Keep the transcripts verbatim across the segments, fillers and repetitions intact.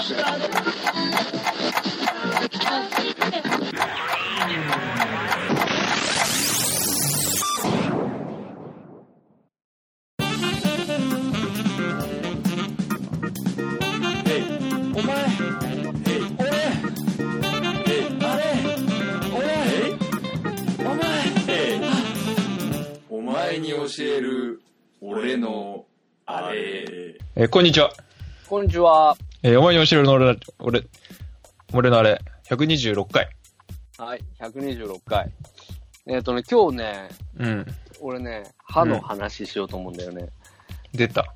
に教える俺のあれ。 えー、こんにちは。 こんにちは。 えー、お前に教えるの俺、俺、俺のあれ、ひゃくにじゅうろっかい。 はい、ひゃくにじゅうろっかい。えっとね、今日ね、 うん。 俺ね、歯の話しようと思うんだよね。 うん、出た。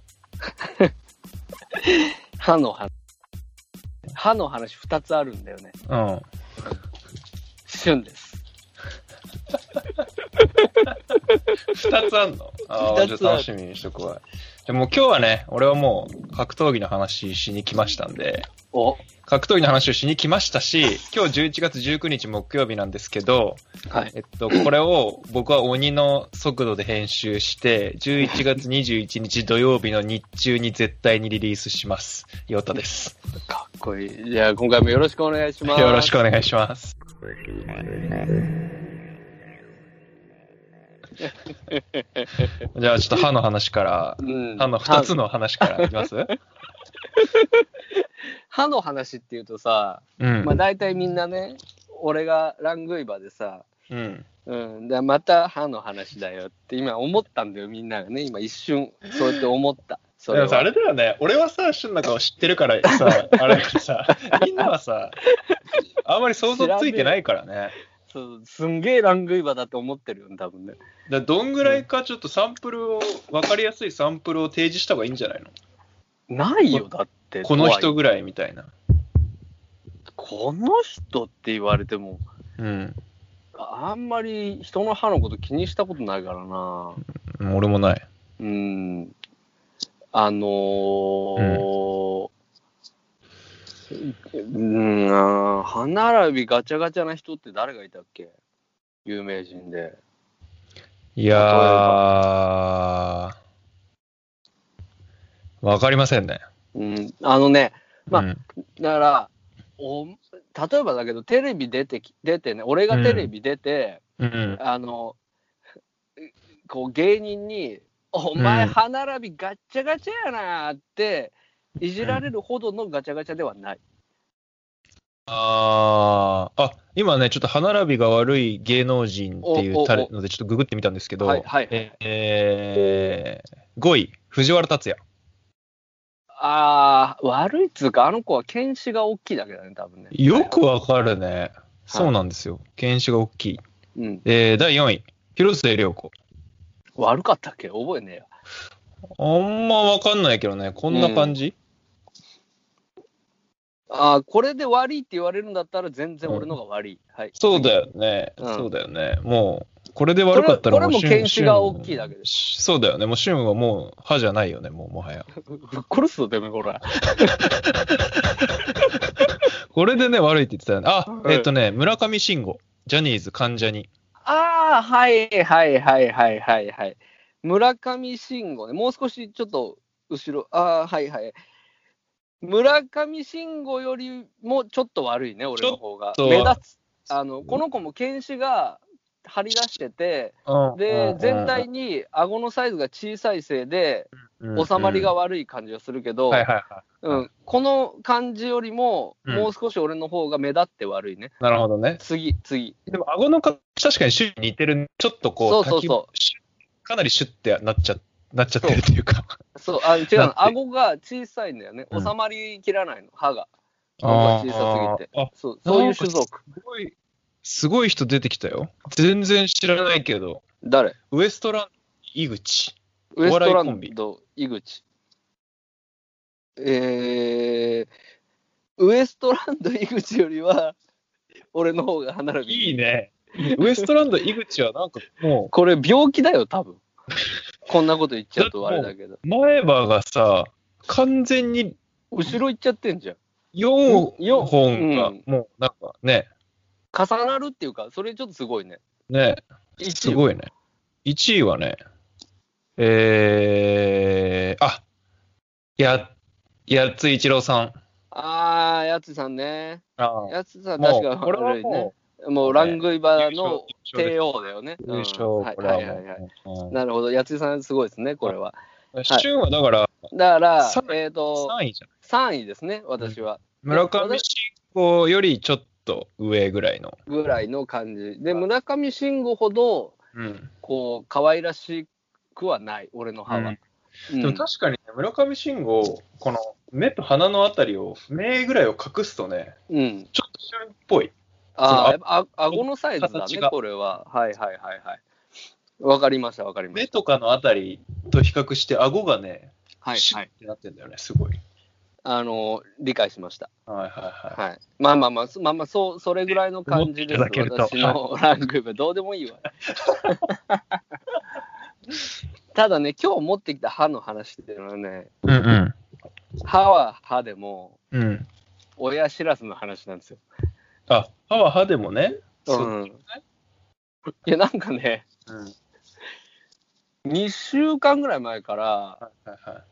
歯の話。歯の話二つあるんだよね。 うん。 旬です。 二つあんの？ああ、じゃあ楽しみにしとくわ。じゃあもう今日はね、俺はもう格闘技の話しに来ましたんで、 お格闘技の話をしに来ましたし、今日じゅういちがつじゅうくにち木曜日なんですけど、 はい、 えっと、これを僕は鬼の速度で編集して、じゅういちがつにじゅういちにち土曜日の日中に絶対にリリースします。ヨタです。 かっこいい。じゃあ今回もよろしくお願いします。 よろしくお願いします。じゃあちょっと歯の話から、うん、歯の二つの話からいきます歯の話っていうとさ、うん、まあ大体みんなね、俺がラングイバでさ、うんうん、でまた歯の話だよって今思ったんだよ、みんながね。今一瞬そうやって思った。 それはでもさ、あれだよね、俺はさ、旬の顔知ってるからさ、あれださ、みんなはさ、あんまり想像ついてないからね。 そう、すんげえラングイバだって思ってるよね、多分ね。 だどんぐらいかちょっとサンプルを、分かりやすいサンプルを提示した方がいいんじゃないの？ ないよ、だって。 この人ぐらいみたいな。 この人って言われても、うん。あんまり人の歯のこと気にしたことないからな。 うん、俺もない。 うん。あのー、うん、うん、歯並びガチャガチャな人って誰がいたっけ？有名人で。 いやー、わかりませんね。 うん、あのね、まあ、うん、だからお、例えばだけど、テレビ出てき、出てね、俺がテレビ出て、うん、あの、こう芸人に、お前歯並びガッチャガチャやなーっていじられるほどのガチャガチャではない。 ああ、あ、今ね、ちょっと歯並びが悪い芸能人っていうタレのでちょっとググってみたんですけど、はいはい、えー、ごい、藤原竜也。 ああ、悪いっつうか、あの子は犬歯が大きいだけだね、多分ね。 よくわかるね。はい、そうなんですよ。犬歯が大きい。うん、えー、だいよんい、広末涼子。 悪かったっけ？覚えねえよ。 あんまわかんないけどね、こんな感じ、 うん、ああ、これで悪いって言われるんだったら全然俺のが悪い。うん、はい。 そうだよね、うん。そうだよね。もう、これで悪かったらもう、 これも犬歯が大きいだけです。 そうだよね。もうシュンはもう歯じゃないよね、もうもはや。 殺すぞ、てめえ、これ。 これでね、悪いって言ってたよね。あ、うん、えっとね、村上信五。ジャニーズ、関ジャニ。 ああ、はいはいはいはいはいはい。村上信五ね、もう少しちょっと後ろ、ああ、はいはい。村上信五よりもちょっと悪いね、俺の方が。目立つ。あの、この子も犬歯が張り出してて、うん、で、うん、全体に顎のサイズが小さいせいで、うん、収まりが悪い感じがするけど、うん、この感じよりも、もう少し俺の方が目立って悪いね。 なるほどね。 次、次。 でも、顎の形、確かにシュッに似てる。ちょっとこう、 そうそうそう。 かなりシュッてなっちゃ、なっちゃってるというか。 そう、あ、違うの。顎が小さいんだよね。収まりきらないの、歯が。顎が小さすぎて。あそう、そういう種族。 すごい、すごい人出てきたよ。全然知らないけど。 誰？ ウエストランド、井口。 ウエストランド、井口。えー、ウエストランド、井口よりは、俺の方が歯並びいいね。ウエストランド、井口はなんかもう。 これ病気だよ、多分。こんなこと言っちゃうとあれだけど。 前歯がさ、完全に。 後ろ行っちゃってんじゃん。 よんほんが、もうなんかね。 重なるっていうか、それちょっとすごいね。 ね。すごいね。いちいはね、えー、あ、や、やついちろうさん。 あー、やつさんね。 あやつさん、確かこれはもう、もうラングイバの帝王だよね。 優勝、 うん、はいはいはいはい。なるほど、やつさんすごいですね、これは。 シュンはだから、 だから、えっ、ー、と、 さんいじゃないさんいですね、私は。 うん、村上信五よりちょっと上ぐらいの。 ぐらいの感じ。で、村上信五ほど、うん、こう、可愛らしくはない、俺の歯は。うんうん、でも確かに、ね、村上信五、この目と鼻のあたりを、目ぐらいを隠すとね、うん、ちょっとシュンっぽい。 ああ、顎のサイズだね、これは。はいはいはいはい。わかりました、わかりました。 目とかのあたりと比較して、顎がね、 はい、 シュッってなってんだよね、すごい。 あの、理解しました。 はいはいはい。はい、 まあまあまあ、まあまあ、そう、それぐらいの感じです、私のランク部、どうでもいいわ。ただね、今日持ってきた歯の話っていうのはね、うんうん、歯は歯でも、うん、親知らずの話なんですよ。 あ、歯は歯でもね。 うん。いや、なんかね、うん、にしゅうかんぐらい前から、はいはいはい、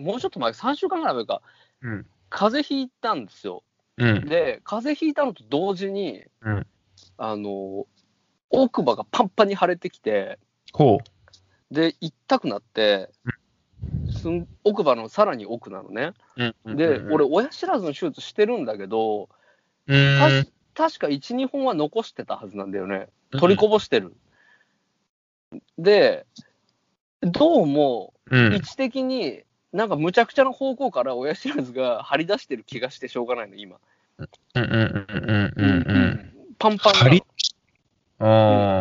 もうちょっと前、さんしゅうかんぐらい前か、うん、風邪ひいたんですよ。うん、で、風邪ひいたのと同時に、うん、あの、奥歯がパンパンに腫れてきて、 ほうで、痛くなって、うん、奥歯のさらに奥なのね。うんうんうん、で、俺、親知らずの手術してるんだけど、た確かいち、にほんは残してたはずなんだよね。取りこぼしてる。うん、で、どうも、位置的に、なんかむちゃくちゃな方向から親知らずが張り出してる気がしてしょうがないの、今。うんうんうんうんうん。パンパンなの。うん、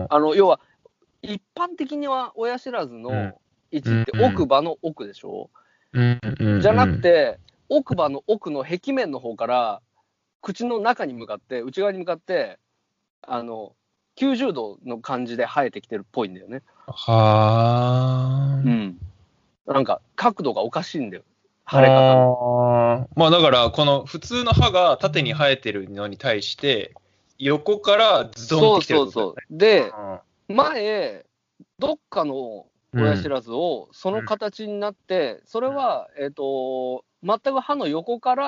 あの、要は、一般的には親知らずの位置って奥歯の奥でしょ、うんうんうん、じゃなくて、奥歯の奥の壁面の方から、口の中に向かって、内側に向かって、あの、きゅうじゅうどの感じで生えてきてるっぽいんだよね。 はー。 うん。なんか、角度がおかしいんだよ。腫れ方あまあだから、この普通の歯が縦に生えてるのに対して、横からズドンってきてるってことだよね。 そうそうそう。で、前、どっかの親知らずをその形になって、うん、それは、えっ、ー、と、全く歯の横から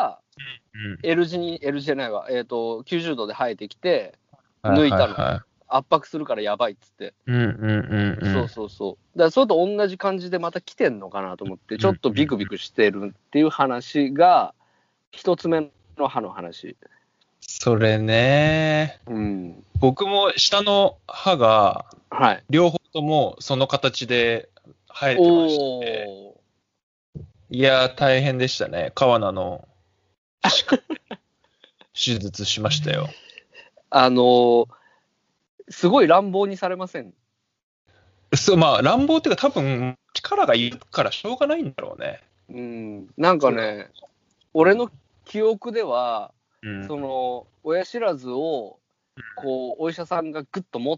、L 字に、L 字じゃないわ、えっ、ー、と、きゅうじゅうどで生えてきて、抜いたの。はいはいはい、圧迫するからやばいっつって。うんうんうんうん、そうそうそう。だからそれと同じ感じでまた来てんのかなと思って、ちょっとビクビクしてるっていう話が、一つ目の歯の話。 それね、うん、僕も下の歯が、はい、両方ともその形で生えてまして、いやー大変でしたね。川名の手術しましたよ。 あのー、すごい乱暴にされません？ そう、まあ乱暴っていうか多分力がいるからしょうがないんだろうね。 うん、なんかね、俺の記憶では、うん、その親知らずをこうお医者さんがグッと持って、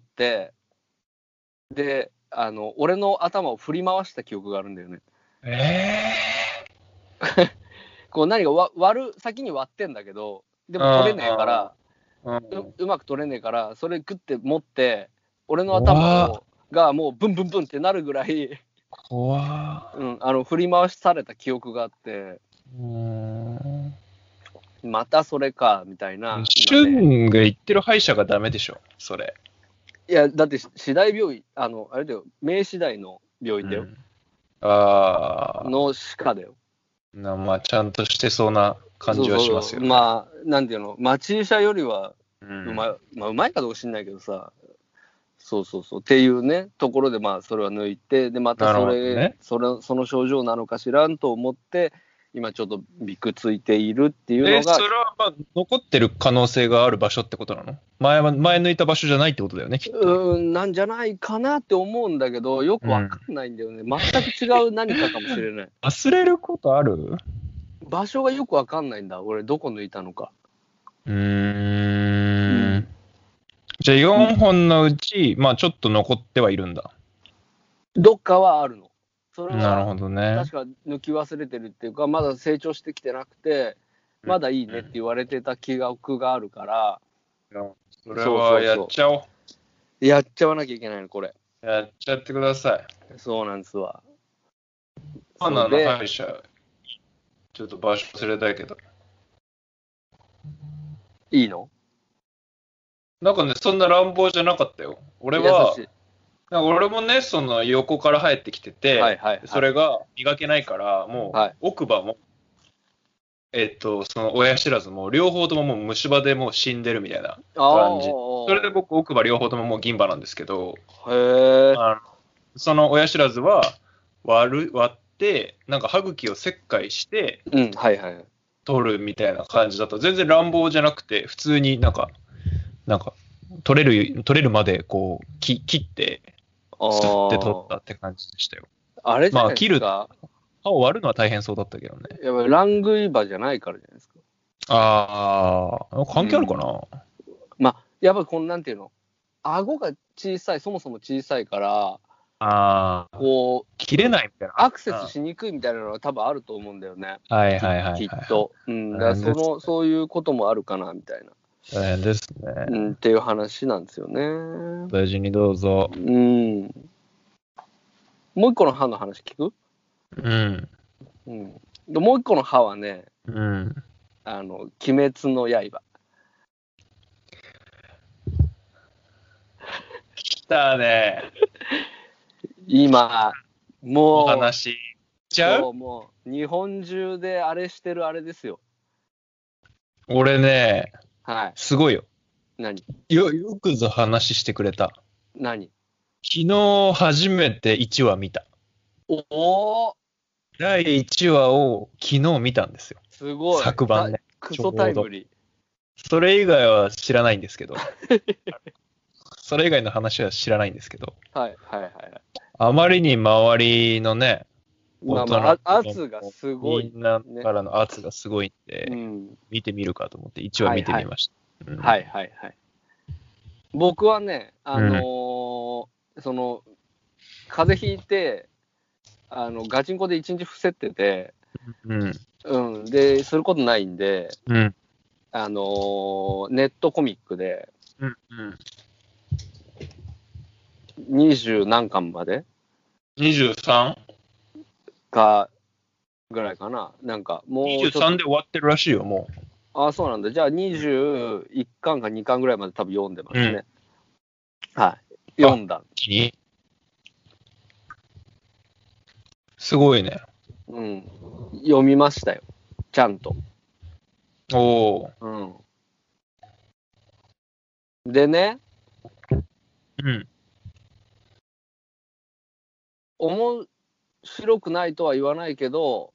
で、あの俺の頭を振り回した記憶があるんだよね。えー、こう何か割る先に割ってんだけど、でも取れねえから、う, うまく取れねえから、それグッて持って、俺の頭をがもうブンブンブンってなるぐらい、 怖うん、あの振り回された記憶があって、うーん、またそれかみたいな。 シュンが言ってる歯医者がダメでしょ、それ。 いや、だって、私大病院、あの、あれだよ、名師大の病院だよ。うん、 ああ。 の歯科だよ。 なまあ、ちゃんとしてそうな感じはしますよね。 そうそう、まあ、なんていうの、町医者よりはうまい、うん、まあ、うまいかどうか知んないけどさ、そうそうそう、っていうね、ところで、まあ、それは抜いて、で、またそれ、ね、それ、その症状なのか知らんと思って、今ちょっとびくついているっていうのが。え、 それはまあ残ってる可能性がある場所ってことなの？前は、前抜いた場所じゃないってことだよね、きっと。 うん、なんじゃないかなって思うんだけど、よくわかんないんだよね。うん、全く違う何かかもしれない。 忘れることある？ 場所がよくわかんないんだ。俺、どこ抜いたのか。 うーん。うん、じゃあよんほんのうち、うん、まあちょっと残ってはいるんだ。 どっかはあるの。それはなるほどね。 確か抜き忘れてるっていうか、まだ成長してきてなくて、まだいいねって言われてた記憶があるから、 うん、それはやっちゃおう。そうそうそうやっちゃわなきゃいけないの、これ。 やっちゃってください。 そうなんですわ。 歯の歯医者、ちょっと場所忘れたいけど。 いいの？ なんかね、そんな乱暴じゃなかったよ。俺は、なんか俺もね、その横から生えてきてて、はいはいはい、それが磨けないから、もう奥歯も、はい、えっと、その親知らずも両方とももう虫歯でもう死んでるみたいな感じ。それで僕奥歯両方とももう銀歯なんですけど、へあのその親知らずは割る割って、なんか歯茎を切開して、うんはいはい、取るみたいな感じだと、全然乱暴じゃなくて、普通になんか、なんか、取れる、取れるまでこう、き切って、すって取ったって感じでしたよ。 あれじゃないですか。まあ、切る、 歯を割るのは大変そうだったけどね。 やっぱりラングイ歯じゃないからじゃないですか。 ああ、関係あるかな、うん、 まあ、やっぱりこのなんていうの、顎が小さい、そもそも小さいから、 ああ、こう、切れないみたいな。 アクセスしにくいみたいなのは多分あると思うんだよね。 はいはいはい、はい。 きっと。うん、だからその、そういうこともあるかな、みたいな。 大変ですね。 うん、っていう話なんですよね。 大事にどうぞ。 うん。もう一個の歯の話聞く？ うん。 うん。でもう一個の歯はね、 うん。 あの、鬼滅の刃。 来たね。 今、もう、 お話しちゃう？ そうもう、日本中であれしてるあれですよ。 俺ね、 はい。 すごいよ。 何？ よ、よくぞ話してくれた。 何？ 昨日初めていちわ見た。 おお。 だいいちわを昨日見たんですよ。 すごい。 昨晩ね。 クソタイムリー。 それ以外は知らないんですけど。それ以外の話は知らないんですけど。 はいはいはい。 あまりに周りのね、 まあまあ、圧がすごい、 ね。みんなからの圧がすごいんで、うん、見てみるかと思っていちわ見てみました。 はいはい、うん、はいはいはい。僕はね、あのーうん、その、風邪ひいて、あの、ガチンコで一日伏せてて、うん。うん。で、することないんで、うん。あのー、ネットコミックで、うん。うん。二十何巻まで ? にじゅうさん? か、ぐらいかな。なんか、もう。 にじゅうさんで終わってるらしいよ、もう。 ああ、そうなんだ。じゃあにじゅういっかんかにかんぐらいまで多分読んでますね。うん、はい。読んだ。 すごいね。 うん。読みましたよ。ちゃんと。 おお。 うん。でね。 うん。 面白くないとは言わないけど、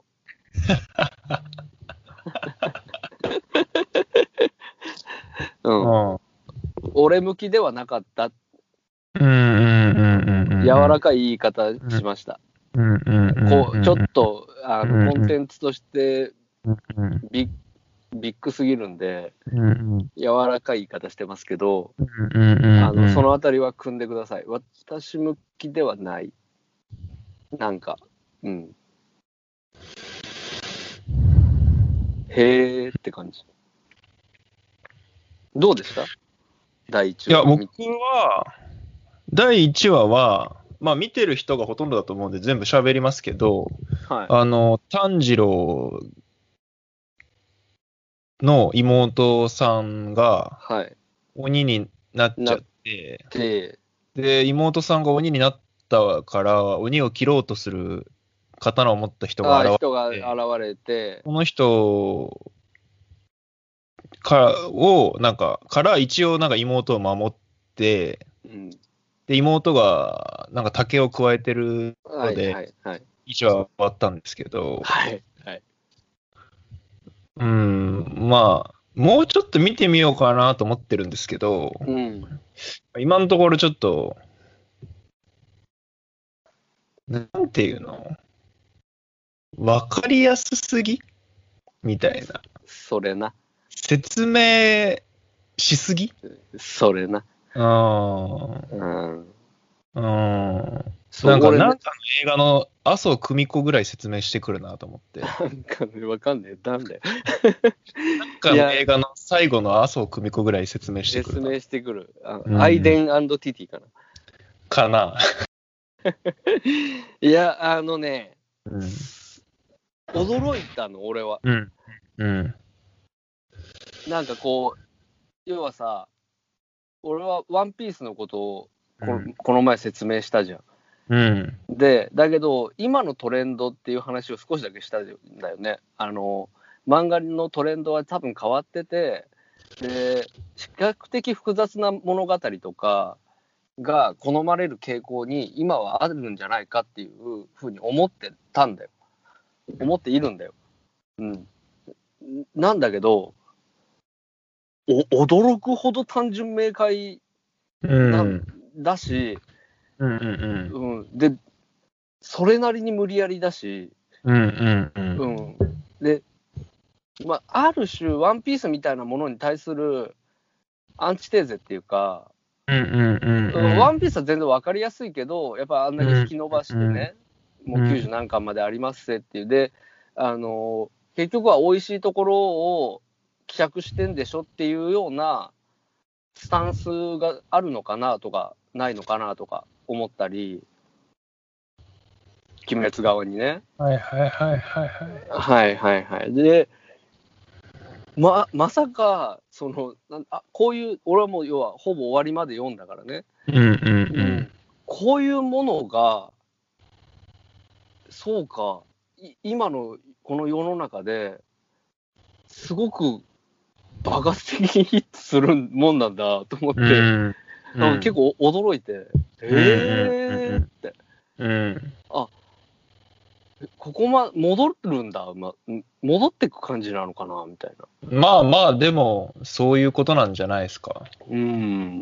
うん、うん、俺向きではなかった。 うんうんうんうん、 柔らかい言い方しました。 うんうんうん、 こうちょっとあの、うん、コンテンツとしてビッ、ビッグすぎるんで、うんうん、柔らかい言い方してますけど、うんうんうん、あのそのあたりは組んでください。私向きではない。なんか、うん。へーって感じ。どうでした？だいいちわ。 いや、僕は、だいいちわは、まあ見てる人がほとんどだと思うんで全部喋りますけど、はい、あの、炭治郎の妹さんが、鬼になっちゃって、はい、で、妹さんが鬼になったから、鬼を切ろうとする刀を持った人が現れて、 人が現れてこの人からを、なんか、から一応なんか妹を守って、うん、で、妹がなんか竹を加えてるので、はいはいはい、一応終わったんですけど、はいはい、うん、まあ、もうちょっと見てみようかなと思ってるんですけど、うん、今のところちょっと、なんていうの？わかりやすすぎみたいな。 それな。 説明しすぎ？ それな。 うん。うん。うん。なんか、なんかの映画の麻生久美子ぐらい説明してくるなと思って。 なんかね、わかんねえ。なんだよ。 なんかの映画の最後の麻生久美子ぐらい説明してくる。 説明してくる。あうん、アイデン&ティティかな。 かな。 いや、あのね、うん、驚いたの、俺は。うん。うん。なんかこう、 要はさ、俺はワンピースのことをこ,、うん、この前説明したじゃん。 うん、 で、だけど、今のトレンドっていう話を少しだけしたんだよね。あの、漫画のトレンドは多分変わってて、で、比較的複雑な物語とかが好まれる傾向に今はあるんじゃないかっていうふうに思ってたんだよ。思っているんだよ。うん。なんだけど、お驚くほど単純明快な、うん、だし、 うんうんうんうん、で、それなりに無理やりだし、 うんうんうんうん、で、まあ、ある種、ワンピースみたいなものに対するアンチテーゼっていうか、 うんうんうんうん、 ワンピースは全然わかりやすいけど、やっぱあんだけ引き伸ばしてね、うんうん、もうきゅうじゅう何巻までありますぜっていう、で、あの結局は美味しいところを希釈してんでしょっていうようなスタンスがあるのかなとか、ないのかなとか思ったり、鬼滅側にね。 はいはいはいはいはい。 はいはいはい。で、ま、まさか、その、あ、こういう、俺はもう要はほぼ終わりまで読んだからね。 うんうんうん。うん、 こういうものが、そうか、今のこの世の中ですごく爆発的にヒットするもんなんだと思って、うんうん、結構驚いて、えーって、 うん、 あ、ここま戻るんだ、ま、戻っていく感じなのかなみたいな。 まあまあでもそういうことなんじゃないですか。 うん、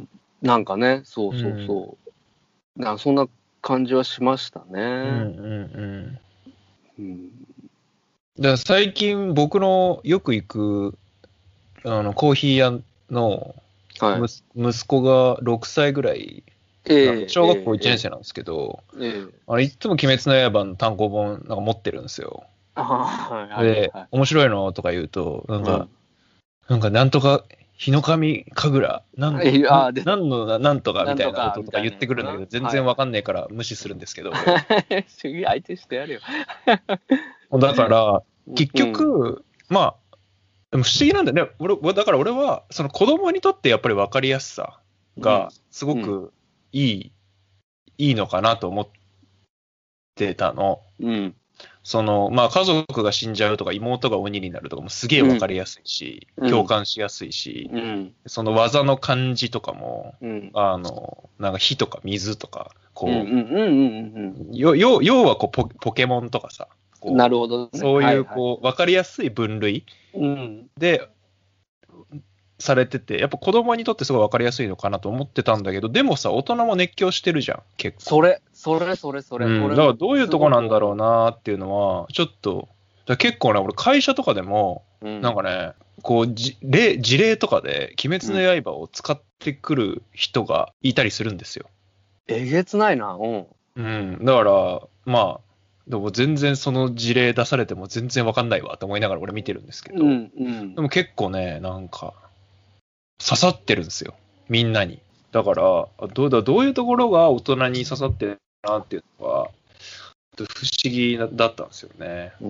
なんかね、そうそうそう、うん、なんかそんな感じはしましたね。うんうんうん。うん、だから最近僕のよく行くあのコーヒー屋の、はい、息子がろくさいぐらい、えー、小学校いちねん生なんですけど、えー、あれいつも鬼滅の刃の単行本なんか持ってるんですよ。あ、はいはいはい、で、面白いのとか言うと、なんか、うん、なんかなんとか、日の神神楽、なん、あなんのなんとかみたいなこととか言ってくるんだけど、全然わかんないから無視するんですけど。 次相手してやるよ。 だから、結局、うん、まあ、でも不思議なんだよね。俺、だから俺は、その子供にとってやっぱり分かりやすさがすごくいい、うん、いいのかなと思ってたの。うん。その、まあ家族が死んじゃうとか妹が鬼になるとかもすげえ分かりやすいし、うん、共感しやすいし、うん、その技の漢字とかも、うん、あの、なんか火とか水とか、こう、要はこうポ、ポケモンとかさ、 なるほど、ね、 そういうこう、はいはい、分かりやすい分類で、されてて、やっぱ子供にとってすごい分かりやすいのかなと思ってたんだけど、でもさ、大人も熱狂してるじゃん、結構。 それ、それ、それ、それ。 うん、だからどういうとこなんだろうなっていうのは、ちょっと、結構ね、俺会社とかでも、うん、なんかね、こうじ例、事例とかで、鬼滅の刃を使ってくる人がいたりするんですよ。 えげつないな、うん。 うん、だから、まあ、でも全然その事例出されても全然わかんないわと思いながら俺見てるんですけど、うんうん、でも結構ね、なんか、刺さってるんですよ、みんなに。だから、どうだ、どういうところが大人に刺さってるなっていうのは、不思議だったんですよね。 うん。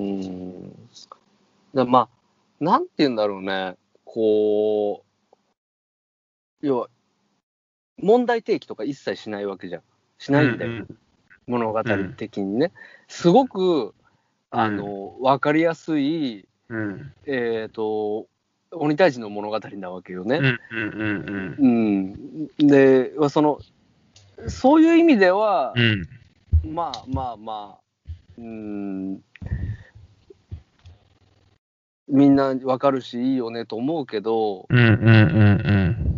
だまあ、なんて言うんだろうね、こう、要は、問題提起とか一切しないわけじゃん。しないんだよ。うんうん、物語的にね。うん、すごく、あの、わ、うん、かりやすい、うん、えっ、ー、と、鬼退治の物語なわけよね。うんうんうんうん。うん。で、その、そういう意味では、うん、まあまあまあ、うん、みんなわかるしいいよねと思うけど、うんうんうんうん、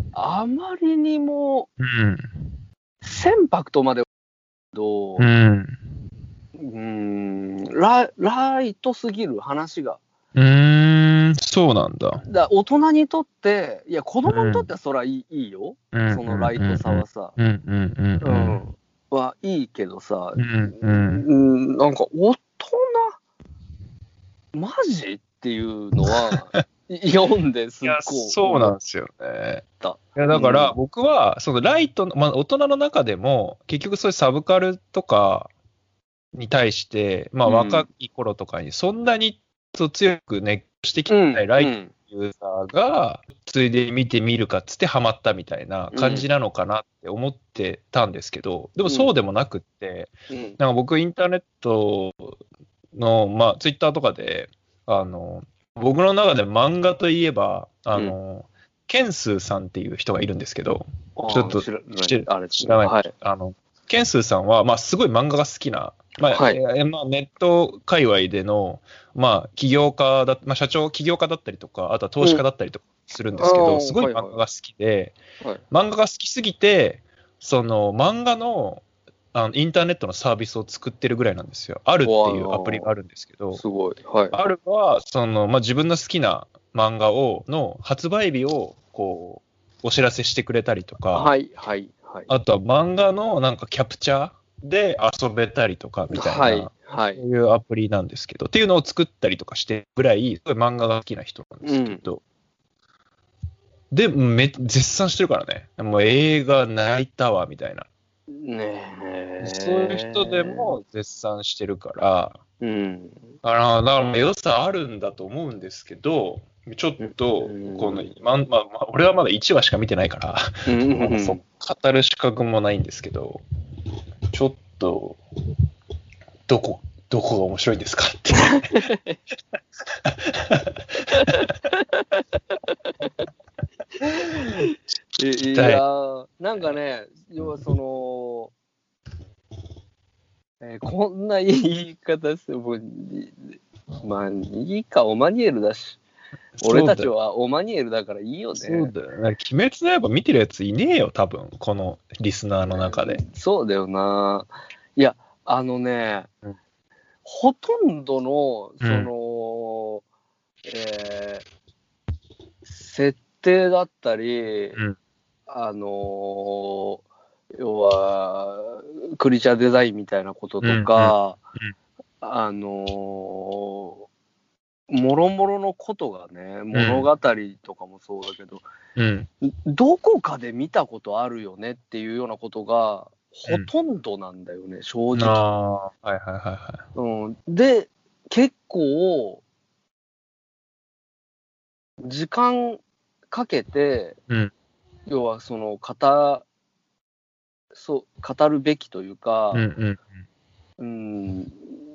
あまりにも、うん、船舶とまでどう、うん、うんラ、ライトすぎる話が。 うーん、そうなんだ。 だ大人にとって、いや、子供にとってはそりゃいい、うん、いいよ。そのライトさはさ。うんうんうんうん。うん、はいいけどさ、うんうん、なんか大人、マジっていうのは、読んですっごい。 そうなんですよね。いやだから僕は、そのライトの、まあ大人の中でも、結局そういうサブカルとかに対して、まあ若い頃とかにそんなに強く熱狂してきてないライユーザーが、ついで見てみるかっつってハマったみたいな感じなのかなって思ってたんですけど、うん、でもそうでもなくって、うん、なんか僕インターネットの、まあツイッターとかで、あの、僕の中で漫画といえば、あの、うん、ケンスーさんっていう人がいるんですけど、ちょっと知らない。知らない。はい、あの、ケンスーさんは、まあすごい漫画が好きな、まあ、はい、まあ、ネット界隈での、まあ、起業家だ、まあ、社長、起業家だったりとか、あとは投資家だったりとかするんですけど、うん、すごい漫画が好きで、はいはい、漫画が好きすぎて、その漫画の、あのインターネットのサービスを作ってるぐらいなんですよ。あるっていうアプリがあるんですけど、 すごい。はい、 あるは、その、まあ、自分の好きな漫画を、の発売日を、こう、お知らせしてくれたりとか、 はいはいはい、 あとは漫画のなんかキャプチャーで遊べたりとかみたいな、はいはい、そういうアプリなんですけど、っていうのを作ったりとかしてぐらい、すごい漫画が好きな人なんですけど、うん、で、め、絶賛してるからね。もう映画泣いたわ、みたいな。 ねえ。 そういう人でも絶賛してるから、 うん。 あの、だから良さあるんだと思うんですけど、ちょっと、この、まあ、まあ、俺はまだいちわしか見てないから、うん、そう語る資格もないんですけど、ちょっと、どこ、どこが面白いんですかって。 いやー、なんかね、要はその、えー、こんな言い方する、まあ、いいか、オマニエルだし。俺たちはオマニエルだからいいよね。 そうだよね。鬼滅の刃見てるやついねえよ、多分。このリスナーの中で。 そうだよな。いや、あのね、うん、ほとんどの、その、うん、えー、設定だったり、うん、あのー、要は、クリーチャーデザインみたいなこととか、うんうんうん、あのー、もろもろのことがね、物語とかもそうだけど、うん、どこかで見たことあるよねっていうようなことがほとんどなんだよね、うん、正直。 あはいはいはいはい。 うん、で、結構、時間かけて、うん、要はその語、そう、語るべきというか、うんうんうん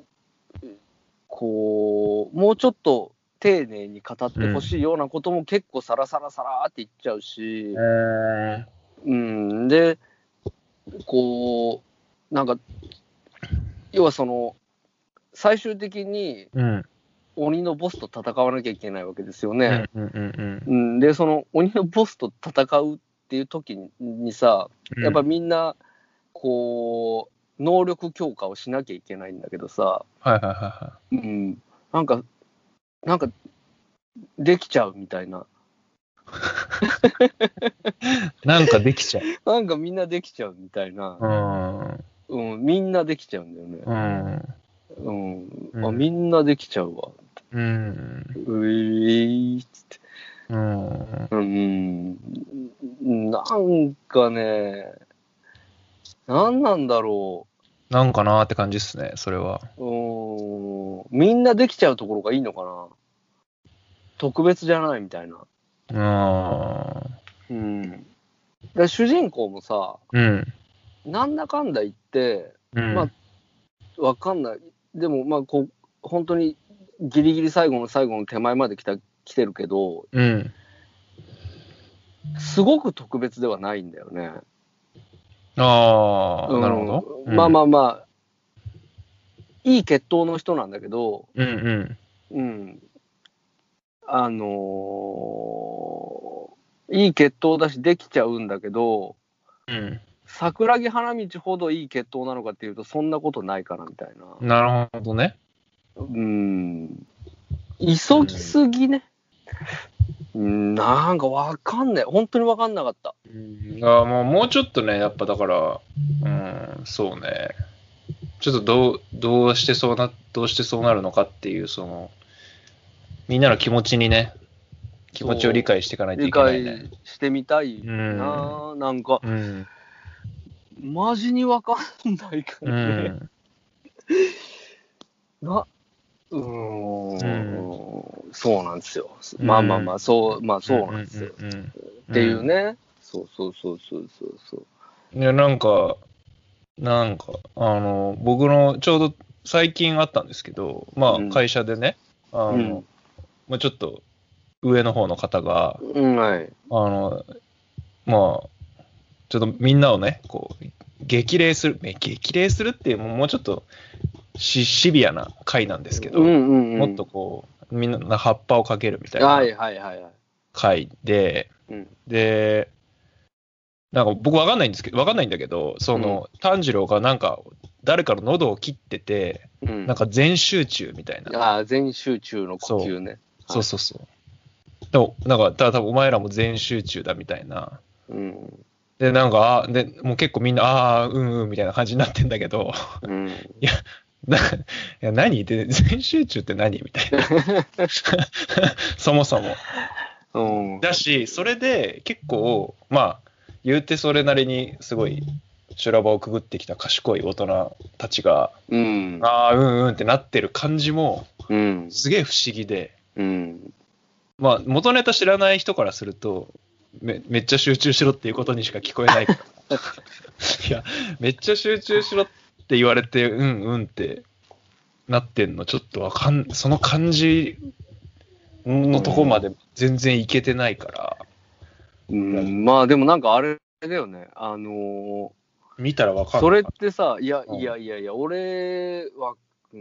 こう、もうちょっと丁寧に語ってほしいようなことも結構サラサラサラって言っちゃうし、うん、で、こう、なんか、要はその、最終的に鬼のボスと戦わなきゃいけないわけですよね。で、その鬼のボスと戦うっていう時にさ、やっぱみんな、こう、能力強化をしなきゃいけないんだけどさ、 はいはいはいはい。 うん、なんか、なんか、できちゃうみたいな。 なんかできちゃう。なんかみんなできちゃうみたいな。うん。うん、みんなできちゃうんだよね。うん。うん、あ、みんなできちゃうわ。うん。ういーっつって。うん。うん。なんかね、なんなんだろう。なんかなーって感じっすね、それは。 うん。みんなできちゃうところがいいのかな。特別じゃないみたいな。あうん。で主人公もさ、うん、なんだかんだ言って、うん、まあ、わかんない。でも、まあ、こう、本当にギリギリ最後の最後の手前まで来た、来てるけど、うん、すごく特別ではないんだよね。 ああ、うん、なるほど。 うん、まあまあまあ、いい血統の人なんだけど、うんうん。うん。あのー、いい血統だしできちゃうんだけど、うん、桜木花道ほどいい血統なのかっていうとそんなことないかなみたいな。なるほどね。 うん。急ぎすぎね。うん、なんかわかんない。本当にわかんなかった。 うん、あもうもうちょっとね、やっぱだから、うん、そうね。ちょっとどう、どうしてそうな、どうしてそうなるのかっていう、その、みんなの気持ちにね、気持ちを理解していかないといけないね。 理解してみたいな、うん、なんか、うん、マジにわかんないからね。うん、な、うーん、うん、 そうなんですよ。まあまあまあ、そう、まあそうなんですよ。うんうんうんうん、っていうね。そうそうそうそうそうそう。 いや、なんか、なんか、あの、僕のちょうど最近あったんですけど、まあ会社でね、うん、あの、うん、まあちょっと上の方の方が、 うん、はい。 あの、まあ、ちょっとみんなをね、こう、激励する、激励するっていう、もうちょっとシシビアな回なんですけど、うんうんうん、もっとこう、みんな葉っぱをかけるみたいな回で、はいはいはいはい、で、なんか僕わかんないんですけど、わかんないんだけど、その、うん、炭治郎がなんか、誰かの喉を切ってて、うん、なんか全集中みたいな。 ああ、全集中の呼吸ね。 そう、はい、そうそうそう。でも、なんか、ただ多分お前らも全集中だみたいな。うん、で、なんか、あで、もう結構みんな、ああ、うんうんみたいな感じになってんだけど、うん、いや、な、いや何で全集中って何みたいな。そもそも。うん、だし、それで結構、まあ、言うてそれなりにすごい修羅場をくぐってきた賢い大人たちが、うん、ああ、うんうんってなってる感じも、うん、すげえ不思議で、うん、まあ、元ネタ知らない人からすると、め, めっちゃ集中しろっていうことにしか聞こえないから。いや、めっちゃ集中しろって言われて、うんうんってなってんの、ちょっとわかん、その感じのとこまで全然いけてないから。 うん、まあでもなんかあれだよね、あのー、 見たらわかる。 それってさ、いやいやいやいや、俺は、うん、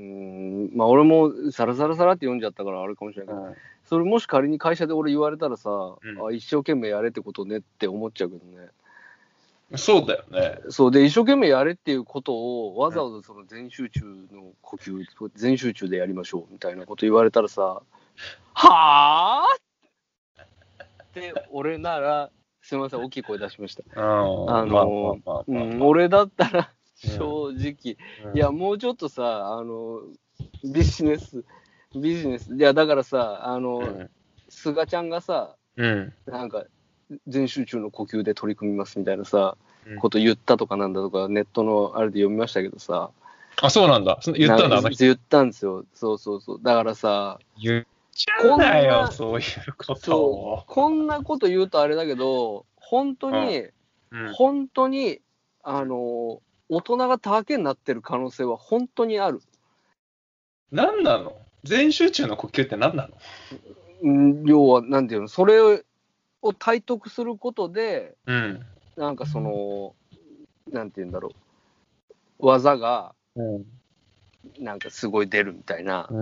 まあ俺もサラサラサラって読んじゃったからあれかもしれないけど、うん、それもし仮に会社で俺言われたらさ、うん、あ一生懸命やれってことねって思っちゃうけどね。 そうだよね。 そうで、一生懸命やれっていうことをわざわざその全集中の呼吸、うん、全集中でやりましょうみたいなこと言われたらさ、はぁって俺なら、すみません、大きい声出しました。あの、俺だったら正直、うん、いや、もうちょっとさ、あの、ビジネス、ビジネス、いや、だからさ、あの、うん、菅ちゃんがさ、うん、なんか、全集中の呼吸で取り組みますみたいなさ、うん、こと言ったとかなんだとか、ネットのあれで読みましたけどさ。 あ、そうなんだ。言ったんだ、あの人。言ったんですよ。そうそうそう。だからさ、 言ちゃうなよ、そういうことを。 こんなこと言うとあれだけど、本当に、うんうん、本当に、あの、大人がたわけになってる可能性は本当にある。 何なの？全集中の呼吸って何なの？ん要は、なんていうの、それを体得することで、うん、なんかその、なんていうんだろう、技が、うんなんかすごい出るみたいな。うん。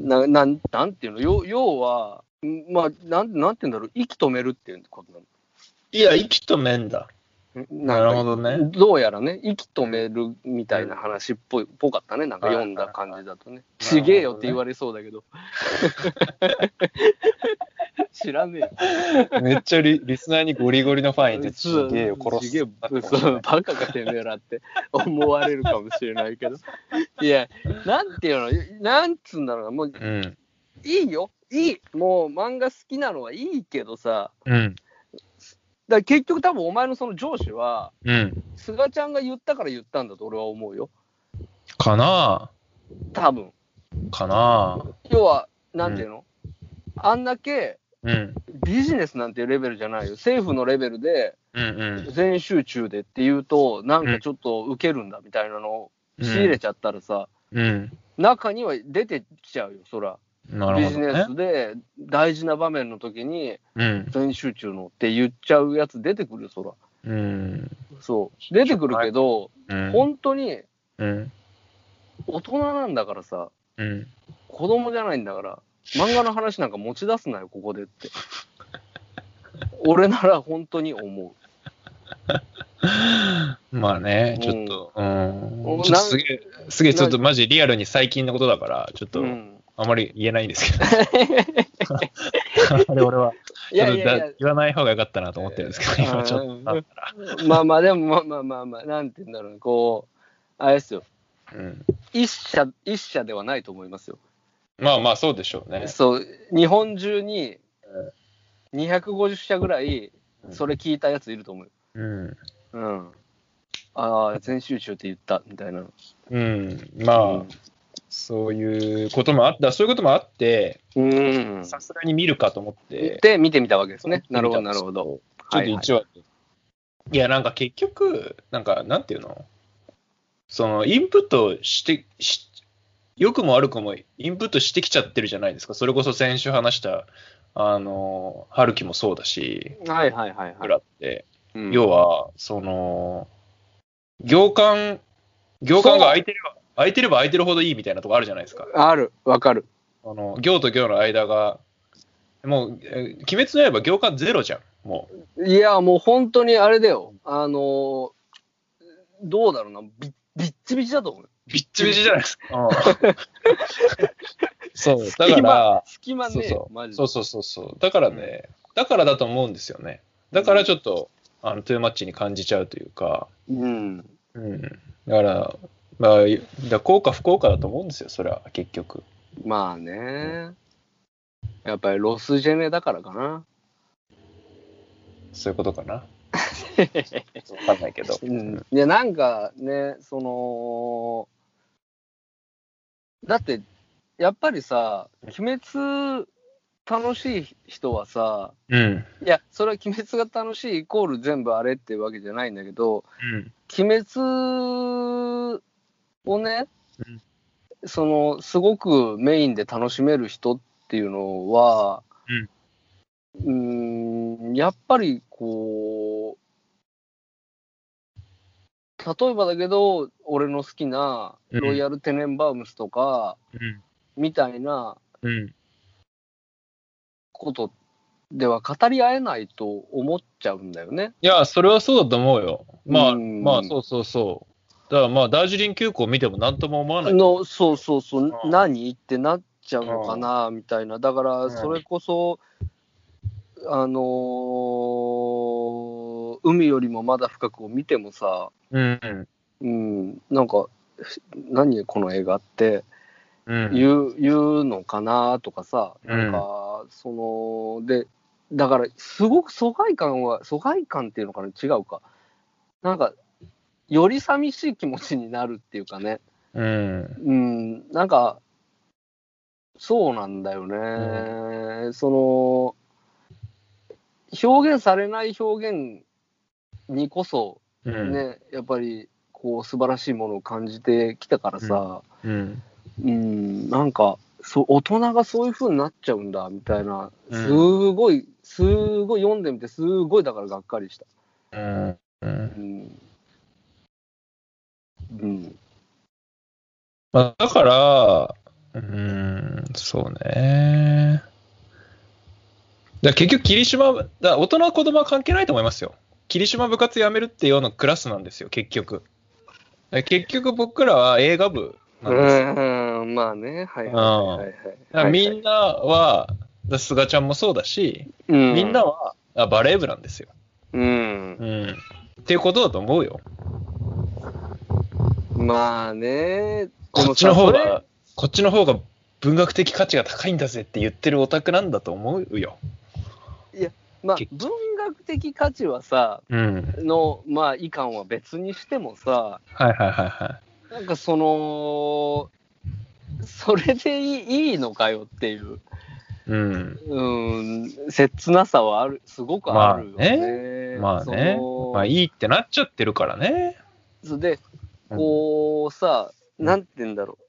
な、なん、なんていうの要、要は、まあ、なん、なんていうんだろう、息止めるっていうことなの。 いや、息止めんだ。なるほどね。 どうやらね、息止めるみたいな話っぽい、っぽかったね。なんか読んだ感じだとね。ちげえよって言われそうだけど。知らねえ。めっちゃリリスナーにゴリゴリのファンいて、ちげえよ、殺す。ちげえ、 そう、バカかてめえらって思われるかもしれないけど。いや、なんていうの、なんつうんだろうな、もう、うん、いいよ、いい。もう漫画好きなのはいいけどさ、うん。だから結局多分お前のその上司は、うん。菅ちゃんが言ったから言ったんだと俺は思うよ。 かなぁ。多分。 かなぁ。 要は、なんていうの、うん、あんだけ、うん、ビジネスなんていうレベルじゃないよ。政府のレベルで、全集中でっていうと、なんかちょっと受けるんだみたいなのを仕入れちゃったらさ、うん、中には出てきちゃうよ、そら。なるほどね、ビジネスで大事な場面の時に、全集中のって言っちゃうやつ出てくるよ、そら。うん、そう。出てくるけど、うん、本当に、大人なんだからさ、うん、子供じゃないんだから、漫画の話なんか持ち出すなよ、ここでって。俺なら本当に思う。 まあね、ちょっと、うん。うん、ちょっとすげえ、すげえ、ちょっとマジリアルに最近のことだから、ちょっと、あまり言えないんですけど。あれ、俺は、ちょっと言わない方がよかったなと思ってるんですけど、今ちょっと。 まあまあ、でも、まあまあまあまあ、なんて言うんだろうね、こう、あれですよ。うん、一社、一社ではないと思いますよ。 まあまあ、そうでしょうね。 そう、日本中ににひゃくごじゅっしゃぐらい、それ聞いたやついると思う。うん。うん。ああ、全集中って言った、みたいな。 うん。まあ、うん、 そういうこともあった、そういうこともあって、さすがに見るかと思って。 で、見てみたわけですね。なるほど、なるほど。 ちょっと一話。はいはい、いや、なんか結局、なんか、なんていうのその、インプットしてし、良くも悪くもインプットしてきちゃってるじゃないですか。それこそ先週話した、あの、春樹もそうだし、 はいはいはいはい。 裏って、うん、要は、その、行間、行間が空いてれば、空いてれば空いてるほどいいみたいなとこあるじゃないですか。 ある、わかる。 あの、行と行の間が、もう、鬼滅の刃行間ゼロじゃん、もう。いや、もう本当にあれだよ。あの、どうだろうな、びびっちびちだと思う。 びっちびちじゃないですか。そう、だから、 隙間ね、 そうそうマジでそうそうそうそう。だからね、だからだと思うんですよね。だからちょっと、あの、トゥーマッチに感じちゃうというか、 うん。 うん。だから、まあ、だ効果不効果だと思うんですよ、それは、結局。 まあね、うん、やっぱりロスジェネだからかな。 そういうことかな。わかんないけど。 うん、いや、なんかね、その、だって、やっぱりさ、鬼滅楽しい人はさ、 うん、 いや、それは鬼滅が楽しいイコール全部あれっていうわけじゃないんだけど、うん、鬼滅をね、うん、その、すごくメインで楽しめる人っていうのは、うん、うーんやっぱりこう、例えばだけど、俺の好きなロイヤル・テネンバウムスとか、うん、みたいなことでは語り合えないと思っちゃうんだよね。 いや、それはそうだと思うよ。まあ、まあ、そうそうそう。だからまあ、ダージリン急行見ても何とも思わない。 のそうそうそう、うん、何ってなっちゃうのかな、みたいな。だから、それこそ、あのー、海よりもまだ深くを見てもさ、うん、うん、なんか、何この映画って言う、うん、言うのかなとかさ、なんか、うん、その、で、だから、すごく疎外感は、疎外感っていうのかな、違うか。なんか、より寂しい気持ちになるっていうかね。うん。うん、なんか、そうなんだよね。うん、その、表現されない表現にこそ、ね、うん、やっぱり、こう、素晴らしいものを感じてきたからさ、うん、うん、なんか、そ大人がそういう風になっちゃうんだ、みたいな、すごい、すごい読んでみて、すごいだからがっかりした。うん。うん。うん、 まあ、だから、うーん、そうね。だ結局、霧島、だ大人子供は関係ないと思いますよ。霧島部活やめるっていうようなクラスなんですよ、結局。結局僕らは映画部なんですよ。 うん、まあね、はいはいはいはい、はい。 みんなは、すがちゃんもそうだし、うん、みんなはバレー部なんですよ。うん。うん。っていうことだと思うよ。 まあね。 こっちの方が、こっちの方が文学的価値が高いんだぜって言ってるオタクなんだと思うよ。 いや、まあ、文学的価値はさ、うん、の、まあ、遺憾は別にしてもさ、 はいはいはいはい。 なんかその、それでいいのかよっていう、うん、うん、切なさはある、すごくあるよね。 まあね。まあね。まあいいってなっちゃってるからね。 それで、こうさ、うん、なんて言うんだろう。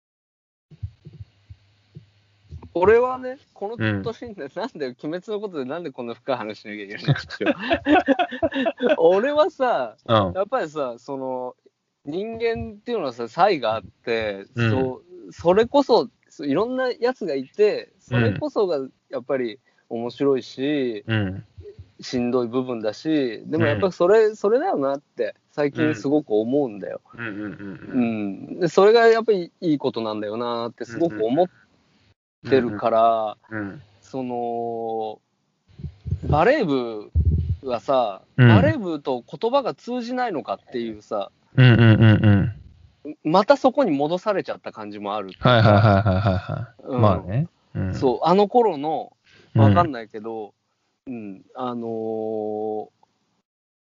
俺はね、この年に、うん、なんで、鬼滅のことでなんでこんな深い話しなきゃいけないんですよ。俺はさ、うん、やっぱりさ、その、人間っていうのはさ、差があって、うん、そう、それこそ、いろんなやつがいて、それこそがやっぱり面白いし、うん、しんどい部分だし、でもやっぱりそれ、うん、それだよなって、最近すごく思うんだよ。うん。で、それがやっぱりいいことなんだよなってすごく思って、てるから、うんうん、そのバレー部はさ、うん、バレー部と言葉が通じないのかっていうさ、うんうんうんうん、またそこに戻されちゃった感じもあるっていうか、はいはいはいはいはい、うん、まあね、うん、そうあの頃のわかんないけど、うん、うん、あのー、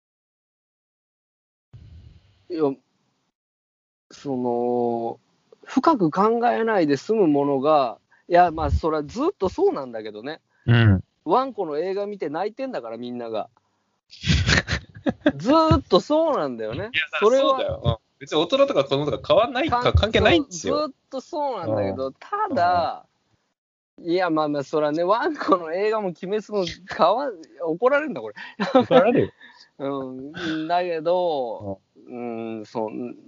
いやその深く考えないで済むものが、いや、まあ、それはずっとそうなんだけどね。 うん。 ワンコの映画見て泣いてんだから、みんなが。ずーっとそうなんだよね。いや、 それはそうだよ、うん。別に大人とか子供とか変わんないか関係ないんですよ。 ずーっとそうなんだけど、ただ、いや、まあまあ、それはね、ワンコの映画も鬼滅も変わ怒られるんだ、これ。 怒られるよ。 うん、だけど、うん、そう、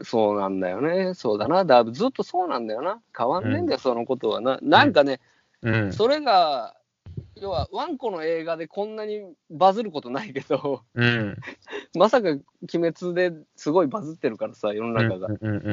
そうなんだよね。そうだな。だずっとそうなんだよな。変わんねえんだよ、うん、そのことはな。なんかね、うん、それが、要は、ワンコの映画でこんなにバズることないけど、うん、まさか鬼滅ですごいバズってるからさ、世の中が。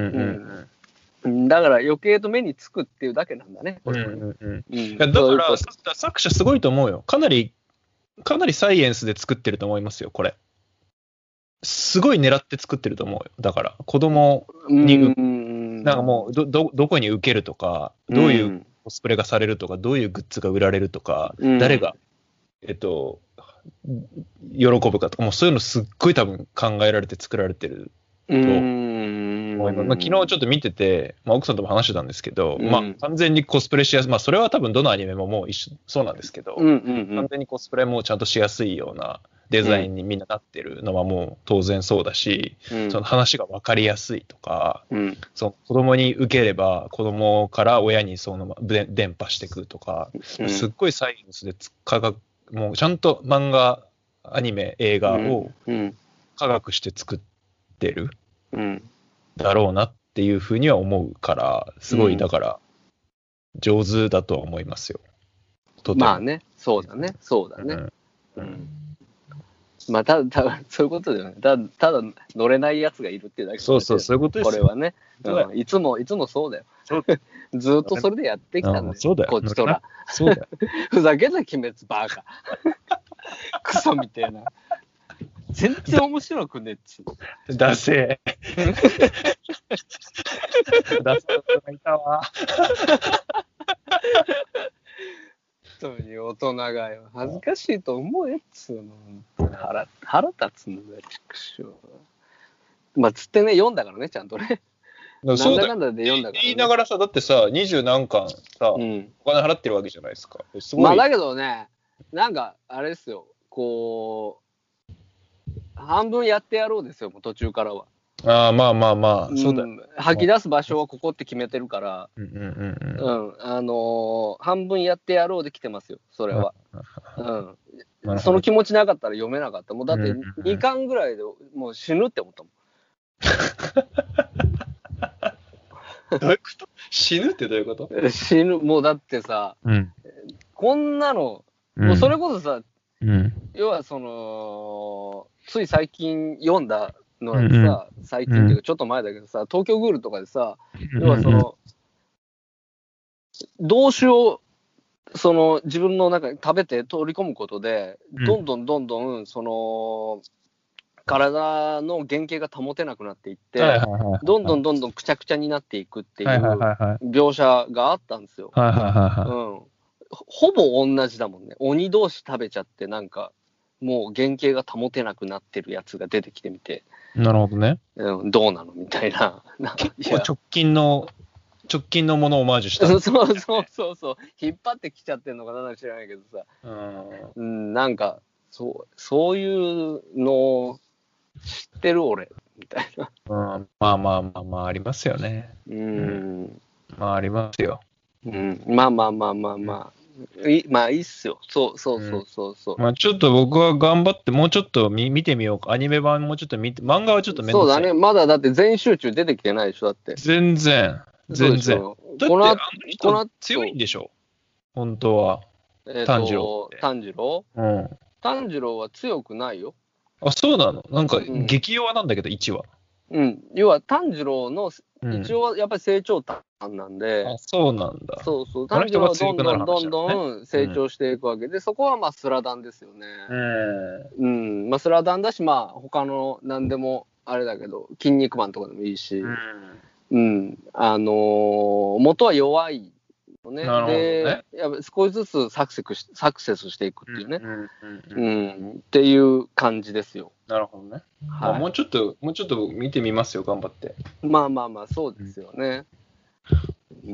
だから余計と目につくっていうだけなんだね。これはね。うんうんうん、 だから作者すごいと思うよ。かなり、かなりサイエンスで作ってると思いますよ、これ。すごい狙って作ってると思うよ。だから、子供に、うんなんかもうど、ど、どこに受けるとか、どういうコスプレがされるとか、どういうグッズが売られるとか、うん、誰が、えっと、喜ぶかとか、もうそういうのすっごい多分考えられて作られてると思います。まあ、昨日ちょっと見てて、まあ、奥さんとも話してたんですけど、うん、まあ完全にコスプレしやすい、まあそれは多分どのアニメももう一緒そうなんですけど、うんうんうん、完全にコスプレもちゃんとしやすいようなデザインにみんななってるのはもう当然そうだし、うん、その話が分かりやすいとか、うん、その子供に受ければ子供から親にその伝播していくとか、うん、すっごいサイエンスで科学もうちゃんと漫画、アニメ、映画を科学して作ってるだろうなっていうふうには思うから、すごいだから上手だとは思いますよ。 とてもまあね、そうだね、そうだね。うんうん、まあただ、ただそういうことだよね。ただ、ただ乗れないやつがいるっていうだけ、ね、 そうそう、そういうことですよ。 これはね、うん、いつも、いつもそうだよ。ずっとそれでやってきたんだよ。 そうだよ。 こっちとら。 そうだよ。 ふざけんな、鬼滅バーカ。クソみたいな。全然面白くねえっつう。ダセー。ダセー人がいたわ。 本当に大人がよ。恥ずかしいと思えっつうの。腹、腹立つんだよ、畜生。まあ、つってね、読んだからね、ちゃんとね。 なんだかんだで読んだから、ね、言いながらさ、だってさ、二十何巻さ、うん、お金払ってるわけじゃないですか。すごい。 まあだけどね、なんか、あれですよ、こう、半分やってやろうですよ、もう途中からは。 ああ、まあまあまあ、うん、そうだよ。 吐き出す場所はここって決めてるから、うんうんうんうん、うん、あのー、半分やってやろうで来てますよ、それは。うん、その気持ちなかったら読めなかった。もうだってにかんぐらいでもう死ぬって思ったもん。 どういうこと死ぬってどういうこと死ぬ、もうだってさ、うん、こんなの、もうそれこそさ、うん、要はその、つい最近読んだのはさ、うんうん、最近っていうかちょっと前だけどさ、東京グールとかでさ、うん、要はその、動詞を、その自分の中に食べて取り込むことで、どんどんどんどん、その、体の原型が保てなくなっていって、どんどんどんどんくちゃくちゃになっていくっていう描写があったんですよ。うん、ほぼ同じだもんね。鬼同士食べちゃってなんかもう原型が保てなくなってるやつが出てきてみて。 なるほどね。 うん、どうなのみたいな。 結構直近の直近のものをオマージュした。 そうそうそうそう。引っ張ってきちゃってるのかなんか知らないけどさ。うん、なんかそうそういうのを知ってる俺みたいな、 うん、まあまあまあまあありますよね。うん、うん、まあありますよ。 うん、まあまあまあまあまあ、いまあいいっすよ。そうそうそうそうそう、 うん、まあちょっと僕は頑張ってもうちょっと見見てみようか。アニメ版もうちょっと見て、漫画はちょっとめんどくさい。 そうだね。まだだって全集中出てきてないでしょだって。 全然全然。だってこの人強いんでしょ本当は。えー、炭治郎って。 炭治郎？うん。炭治郎は強くないよ。 あ、そうなの？なんか、激弱なんだけど、いちわ。 うん。要は、炭治郎の、一応はやっぱり成長炭なんで、うん。 あ、そうなんだ。 そうそう。炭治郎はどんどんどんどん成長していくわけで、うん、そこはまあ、スラダンですよね。うん。うん。まあ、スラダンだし、まあ、他の何でも、あれだけど、筋肉マンとかでもいいし、うん。うん、あのー、元は弱い。ね、 なるほどね、 でやっぱ少しずつサクセスしサクセスしていくっていうね、うんうんうんうん、っていう感じですよ。 なるほどね。はい、まあ、もうちょっともうちょっと見てみますよ頑張って。 まあまあまあそうですよね。 うん。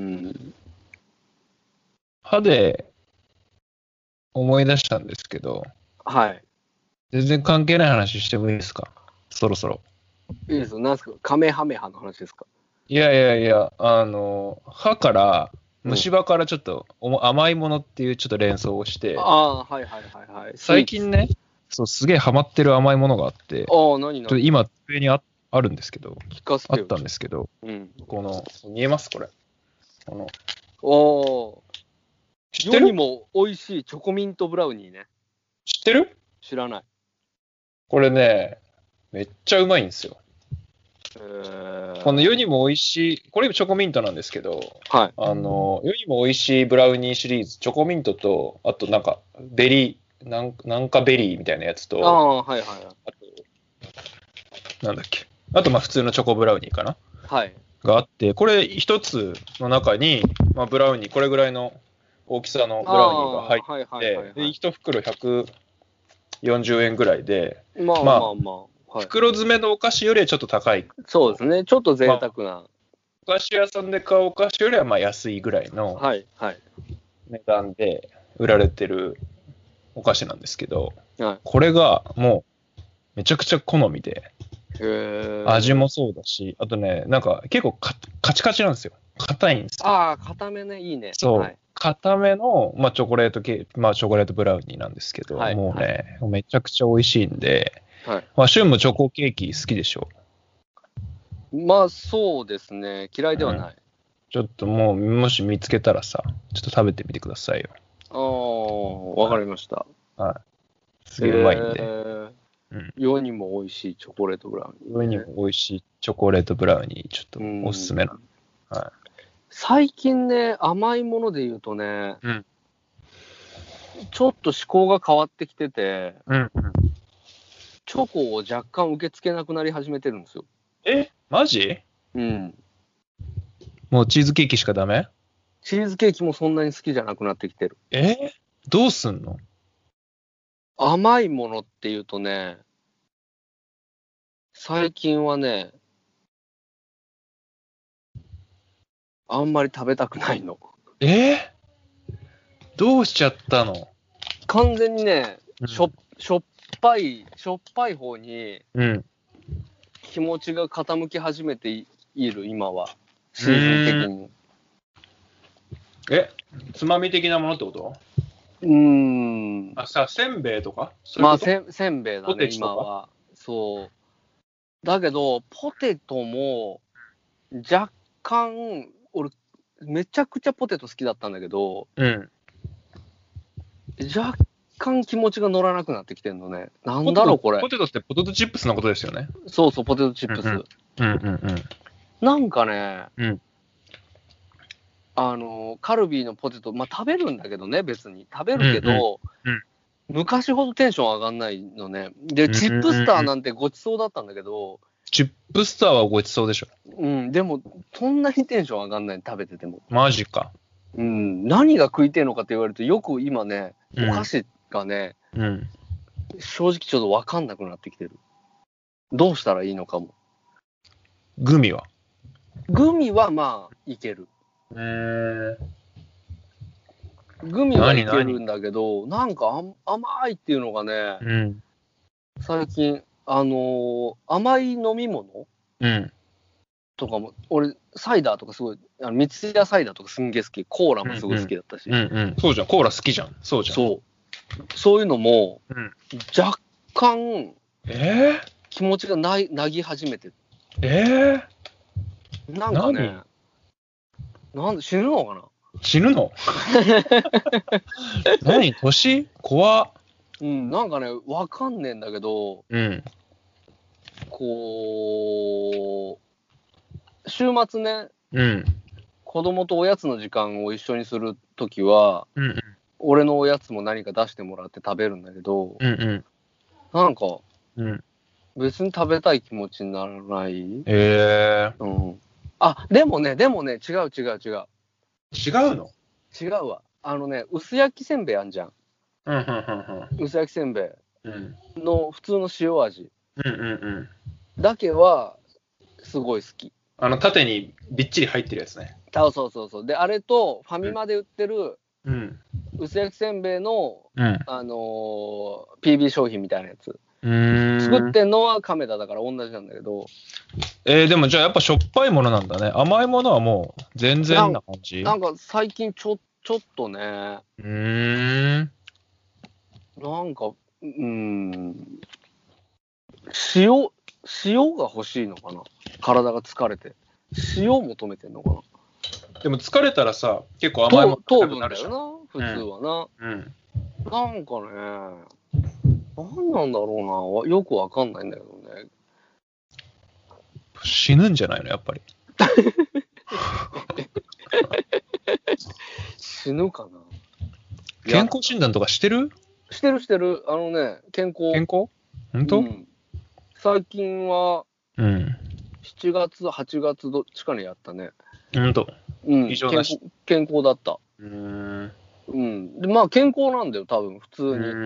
歯で思い出したんですけど、 はい。 全然関係ない話してもいいですか？そろそろ。 いいですよ。なんですか？カメハメハの話ですか？ いやいやいや、あの、歯から、虫歯からちょっと、うん、甘いものっていうちょっと連想をして、 ああ、はいはいはいはい。 最近ね、そう、すげえハマってる甘いものがあって、 ああ、何何今、上に あ, あるんですけど、 聞かせてよ。 あったんですけど、 うん、 この、見えますこれ。このお知ってる？ 世にも美味しいチョコミントブラウニーね。 知ってる？ 知らない。 これね、めっちゃうまいんですよ。 えー、 この世にも美味しい、これチョコミントなんですけど、 はい、 あの、世にも美味しいブラウニーシリーズ、チョコミントと、あとなんか、ベリー、なんなんかベリーみたいなやつと、 ああ、はいはいはい。 あと、なんだっけ。あと、まあ普通のチョコブラウニーかな。 はい。 があって、これ一つの中に、まあブラウニー、これぐらいの大きさのブラウニーが入ってて、一袋ひゃくよんじゅうえんぐらいで、 まあまあまあ。 はい、袋詰めのお菓子よりはちょっと高い。 そうですね。ちょっと贅沢な。まあ、 お菓子屋さんで買うお菓子よりはまあ安いぐらいの値段で売られてるお菓子なんですけど、はい、これがもうめちゃくちゃ好みで、味もそうだし、あとね、なんか結構カチカチなんですよ。硬いんですよ。 ああ、硬めね、いいね。 そう。はい、硬めの、まあ、チョコレート系、まあ、チョコレートブラウニーなんですけど、はい、もうね、はい、めちゃくちゃ美味しいんで、はい、まあ、シュンもチョコケーキ好きでしょ？ まあ、そうですね。嫌いではない。うん、 ちょっともう、もし見つけたらさ、ちょっと食べてみてくださいよ。 ああ、わかりました。 はい。すげえうまいんで。えーうん、世にも美味しいチョコレートブラウニー、 ね。世にも美味しいチョコレートブラウニー、ちょっとおすすめなの。はい。 最近ね、甘いもので言うとね、 うん、 ちょっと思考が変わってきてて、 うんうん、 チョコを若干受け付けなくなり始めてるんですよ。 え？マジ？ うん。 もうチーズケーキしかダメ？ チーズケーキもそんなに好きじゃなくなってきてる。 え？どうすんの？ 甘いものっていうとね、最近はね、あんまり食べたくないの。 えー、どうしちゃったの？ 完全にね、しょ、しょっぱい、しょっぱい方に、気持ちが傾き始めている、今は。シーズン的に。 え、つまみ的なものってこと？ うーん。 あ、さ、せんべいとか？ まあせ、せんべいだね、今は。そう。だけど、ポテトも、若干、俺、めちゃくちゃポテト好きだったんだけど、 うん、 若干気持ちが乗らなくなってきてんのね。なんだろう、これ。 ポテトってポテトチップスのことですよね。 そうそう、ポテトチップス。 うんうんうんうん、 なんかね、 うん、 あの、カルビーのポテト、まあ食べるんだけどね、別に。食べるけど、 うんうん、 昔ほどテンション上がんないのね。で、チップスターなんてごちそうだったんだけど、 チップスターはごちそうでしょ。 うん、でも、そんなにテンション上がんない、食べてても。 マジか。 うん、何が食いてえのかって言われると、よく今ね、お菓子がね、 うん、 正直ちょっと分かんなくなってきてる。どうしたらいいのかも。 グミは？ グミはまあ、いける。 えー、 グミはいけるんだけど、なんか甘いっていうのがね、 うん、 最近、あのー、甘い飲み物、 うん、 とかも、俺、サイダーとかすごい、あの三ツ矢サイダーとかすんげえ好き、コーラもすごい好きだったし、 うんうんうんうん、そうじゃん、コーラ好きじゃん、そうじゃん。 そう。そういうのも、うん、若干、 えー、 気持ちがななぎ始めて。 えー、なんかね、なんで死ぬのかな？ 死ぬの？何？年？怖っ。 うん、なんかね、わかんねえんだけど、 うん、 こう、週末ね、 うん、 子供とおやつの時間を一緒にするときは、 うんうん、 俺のおやつも何か出してもらって食べるんだけど、 うんうん、 なんか、 うん、 別に食べたい気持ちにならない。 えー、 うん。あ、でもね、でもね、違う違う違う。 違うの？ 違うわ。あのね、薄焼きせんべいあんじゃん。 うんうんうんうん、 薄焼きせんべいの普通の塩味。 うんうんうん。 だけは、すごい好き。 あの、縦にびっちり入ってるやつね。 あ、そうそうそう。で、あれと、ファミマで売ってる、 うん。 薄焼きせんべいの、 うん。 あのー、ピービー 商品みたいなやつ。 うーん。 作ってんのは亀田だから同じなんだけど。 えー、でもじゃあやっぱしょっぱいものなんだね。甘いものはもう全然な感じ？ なんか最近ちょ、ちょっとね。 うーん。 なんか、うーん。塩、塩が欲しいのかな。体が疲れて。塩求めてんのかな。 でも疲れたらさ、結構甘いもの糖食べたくなるじゃん。 分だよな、普通はな。 うん。うん、 なんかね、何なんだろうな、よくわかんないんだけどね。 死ぬんじゃないの、やっぱり。 死ぬかな。 健康診断とかしてる？ してるしてる。あのね、健康。 健康？本当？うん、 最近は、 うん。 しちがつ、はちがつどっちかにやったね。 本当？ うん。 異常なし。 健康だった。 うーん。 うん。で、まあ健康なんだよ、多分、普通に。 うん。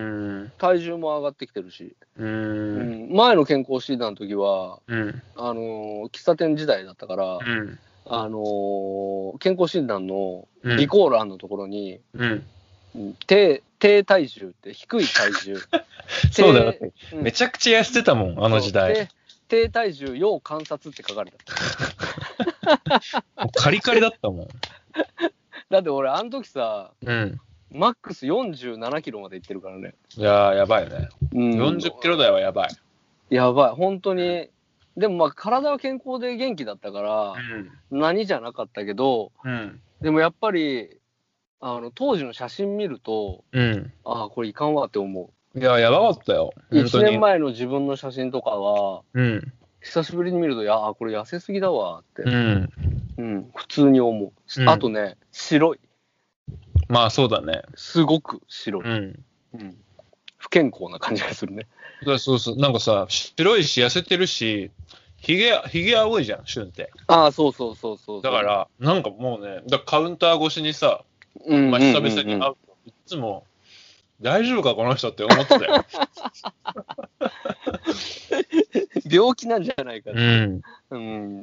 体重も上がってきてるし。 うーん。 うん。前の健康診断の時は、 うん。 あのー、喫茶店時代だったから、 うん。 あのー、健康診断の備考欄のところに、 うん。 うん、低、低体重って低い体重。 そうだよ、うん。めちゃくちゃ痩せてたもん、あの時代。 低体重要観察って書かれた。 もうカリカリだったもん。 だって俺、あの時さ、 うん、 マックスよんじゅうななキロまでいってるからね。 いやー、やばいね。うん、よんじゅっキロ台はやばい。 やばい、本当に。うん、でもまあ、体は健康で元気だったから、うん、何じゃなかったけど、うん、でもやっぱり、あの、当時の写真見ると、うん、ああ、これいかんわって思う。 いや、やばかったよ。 いちねんまえの自分の写真とかは、うん、久しぶりに見ると、いや、これ痩せすぎだわって、うんうん、普通に思う。うん、あとね、白い。 まあそうだね。 すごく白い。うんうん、不健康な感じがするね。 そうそう。なんかさ、白いし、痩せてるし、ひげ、ひげ青いじゃん、シュンって。 ああ、そうそうそうそう。 だから、なんかもうね、だカウンター越しにさ、まあ久々に会うと、いつも、大丈夫かこの人って思ってたよ。 病気なんじゃないかって、うんうん、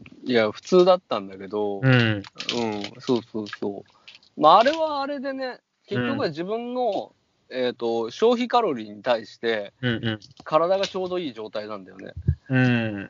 いや普通だったんだけど、うん、うん、そうそうそう。まああれはあれでね、結局は自分の、うん、えっと消費カロリーに対して、うんうん、体がちょうどいい状態なんだよね。うん。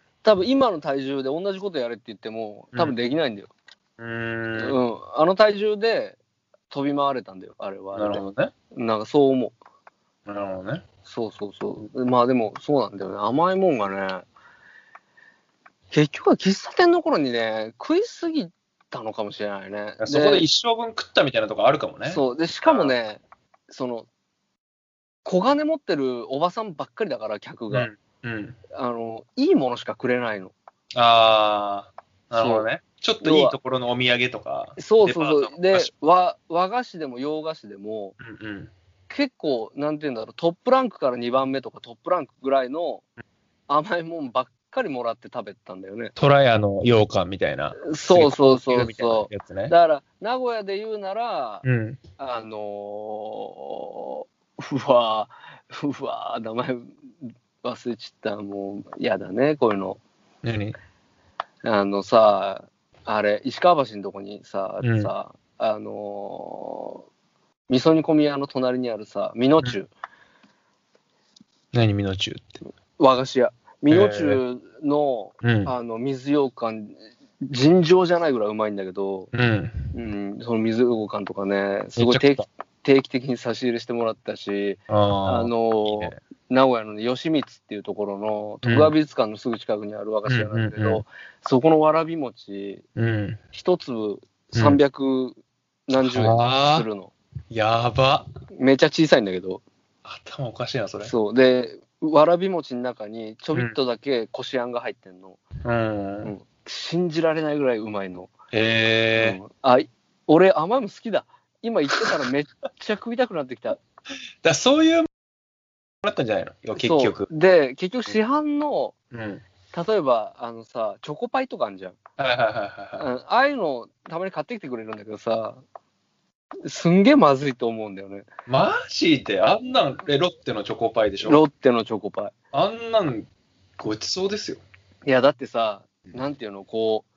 多分今の体重で同じことやれって言っても多分できないんだよ。うん。うん、あの体重で飛び回れたんだよ、あれはあれで。 なるほどね。 なんかそう思う。なるほどね。 そうそうそう。まあでもそうなんだよね。甘いもんがね、結局は喫茶店の頃にね、食いすぎたのかもしれないね。 そこで一生分食ったみたいなとこあるかもね。 そう。で、しかもね、その、小金持ってるおばさんばっかりだから、客が。うんうん、あの、いいものしかくれないの。 ああ、なるほどね。ちょっといいところのお土産とか。 そうそうそう。で、和、和菓子でも洋菓子でも、うんうん、結構、なんていうんだろう、トップランクからにばんめとかトップランクぐらいの甘いもんばっかりもらって食べたんだよね。 トラヤの羊羹みたいな。 そうそうそうそう。ね、だから、名古屋で言うなら、うん、あのー、うわー、うわー、名前忘れちった。もう、嫌だね、こういうの。 何？ あのさ、あれ、石川橋のとこにさ、うん、さ、あのー、味噌煮込み屋の隣にあるさ、美濃中。 何美濃中って？ 和菓子屋。美濃中の、えーうん、あの水羊羹、尋常じゃないぐらいうまいんだけど、うんうん、その水羊羹とかね、すごい定期、定期的に差し入れしてもらったし、あ, あのいい、ね、名古屋の、ね、吉光っていうところの徳川美術館のすぐ近くにある和菓子屋なんだけど、うんうんうん、そこのわらび餅、うん、一粒さんびゃくなんじゅうえんするの。 やば。 めっちゃ小さいんだけど。 頭おかしいな、それ。 そう。で、わらび餅の中にちょびっとだけこしあんが入ってんの、うんうん、信じられないぐらいうまいの。 へえーうん、 あ、俺甘いもん好きだ。今言ってたらめっちゃ食いたくなってきた。 だそういうだったんじゃないの結局。 で結局市販の、うん、例えばあのさチョコパイとかあるじゃん。 はいはいはいはい、 ああいうのたまに買ってきてくれるんだけどさ、すんげえまずいと思うんだよね。 マジであんなんロッテのチョコパイでしょ。 ロッテのチョコパイ。 あんなんごちそうですよ。 いやだってさ、なんていうのこう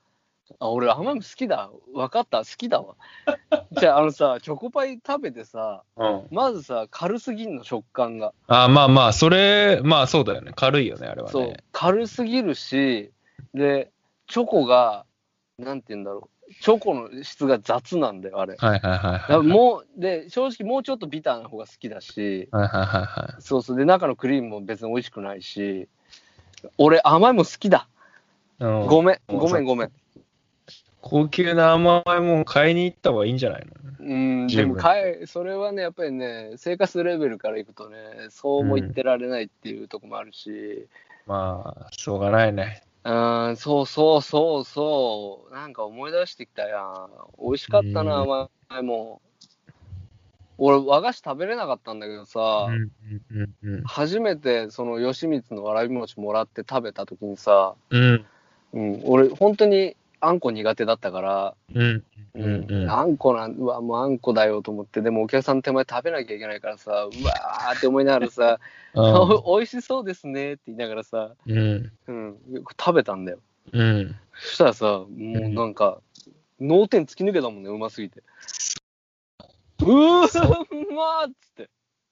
あ、俺甘いも好きだ。分かった。好きだわ。じゃあ、あのさ、チョコパイ食べてさ、うん、まずさ、軽すぎんの、食感が。 あ、まあまあ、それ、まあそうだよね。軽いよね、あれはね。そう、 軽すぎるし、で、チョコが、なんて言うんだろう。チョコの質が雑なんだよ、あれ。 はいはいはい、はい。 もう、で、正直もうちょっとビターな方が好きだし、 はいはいはいはい。 そうそう。で、中のクリームも別に美味しくないし、俺、甘いもん好きだ。うん、ごめん、ごめん、ごめん。 高級な甘いもん買いに行った方がいいんじゃないの？ うん、でも買え、それはね、やっぱりね、生活レベルからいくとね、そうも言ってられないっていうとこもあるし。うん、 まあ、しょうがないね。 うん、そうそうそうそう。なんか思い出してきたやん。美味しかったな、甘いもん。俺、和菓子食べれなかったんだけどさ、うんうんうんうん、初めてその吉光のわらび餅もらって食べた時にさ、うんうん、俺、本当にあんこ苦手だったから、うんうんうん、あんこなん、うわ、もうあんこだよと思って、でもお客さんの手前食べなきゃいけないからさ、うわーって思いながらさ、おいしそうですねって言いながらさ、うんうん、食べたんだよ。うん、そしたらさ、もうなんか、脳天突き抜けたもんね、うますぎて。うーうまーっつって。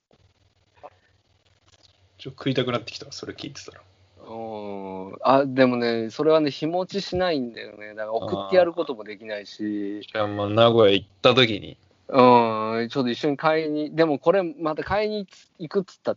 ちょっと食いたくなってきた、それ聞いてたら。 うん。あ、でもね、それはね、日持ちしないんだよね。だから送ってやることもできないし。 じゃあもう名古屋行った時に。 うん、ちょっと一緒に買いに、でもこれまた買いに行くっつったって、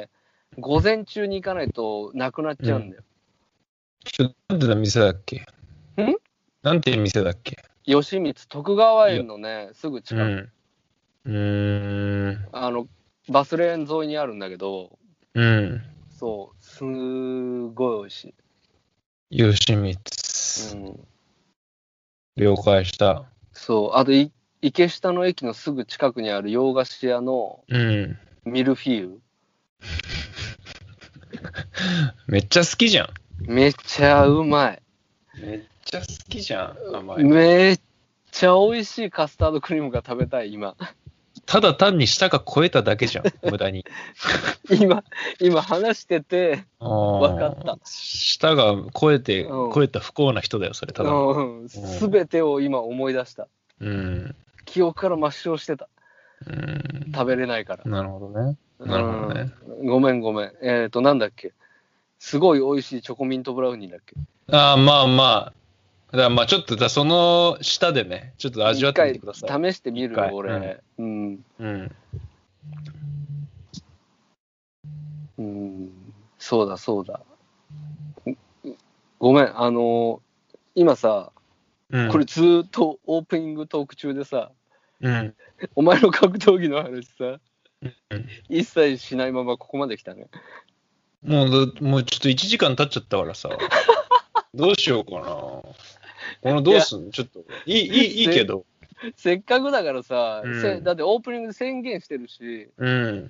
午前中に行かないとなくなっちゃうんだよ。 うん、ちょっとなんての店だっけ？ん？なんていう店だっけ？ 吉光、徳川園のね、すぐ近く。うんうーん。 あの、バスレーン沿いにあるんだけど、うん。そう、すごい美味しい。吉光。うん。了解した。 そう、あとい、池下の駅のすぐ近くにある洋菓子屋の、うん。ミルフィーユ。 めっちゃ好きじゃん。 めっちゃうまい。 めっちゃ好きじゃん、甘い。 めっちゃ美味しいカスタードクリームが食べたい、今。 ただ単に舌が超えただけじゃん、無駄に。 今、今話してて、分かった。 舌が超えて、うん、超えた不幸な人だよ、それ、ただの。 すべ、うん、てを今思い出した。うん。記憶から抹消してた。うん。食べれないから。 なるほどね。なるほどね。 ごめんごめん。えっ、ー、と、なんだっけ。すごい美味しいチョコミントブラウニーだっけ。 ああ、まあまあ。だからまあちょっとだその下でね、ちょっと味わってみてください。 試してみるよ、俺。うん。うん。うん。そうだ、そうだ。ごめん、あのー、今さ、うん、これずーっとオープニングトーク中でさ、うん、お前の格闘技の話さ、うん、一切しないままここまで来たね。 もう、もうちょっといちじかん経っちゃったからさ、どうしようかな。このどうすんのちょっと、いい、いい、いいけど。 せっかくだからさ、うん、だってオープニングで宣言してるし、うん。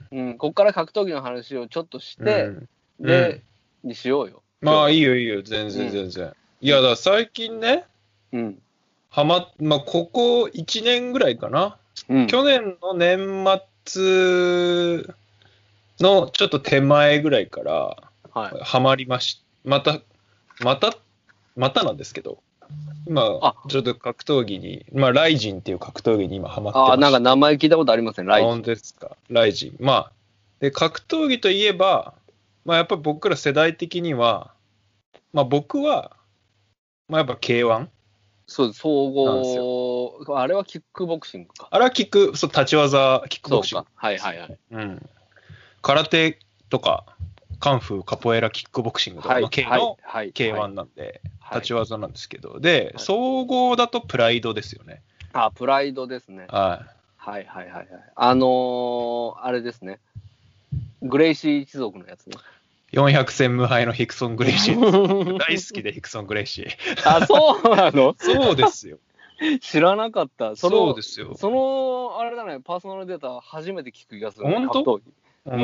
うん、こっから格闘技の話をちょっとして、うん、で、うん、にしようよ。 まあいいよいいよ、全然全然。うん、いや、だから最近ね、うん。はま、まあここいちねんぐらいかな。うん、去年の年末のちょっと手前ぐらいから、はい、はまりまし、また、また、またなんですけど、今、ちょっと格闘技に、まあ、ライジンっていう格闘技に今ハマってまして。 あ、なんか名前聞いたことありますね、ライジン。 本当ですか。ライジン。まあ、で、格闘技といえば、まあ、やっぱり僕ら世代的には、まあ、僕は、まあ、やっぱ ケーワン。 そう、総合、あれはキックボクシングか。 あれはキック、そう、立ち技、キックボクシング。 はいはいはい。 うん。空手とか、カンフー、カポエラ、キックボクシングとかの系の ケーワン なんで、立ち技なんですけど、で、総合だとプライドですよね。 あ、プライドですね。はい。はいはいはいはい。あのー、あれですね。グレイシー一族のやつね。 よんひゃく戦無敗のヒクソン・グレイシー。大好きでヒクソン・グレイシー。 あ、そうなの？ そうですよ。 知らなかった。 そそうですよ。 その、あれだね、パーソナルデータ初めて聞く気がする。 本当？うん。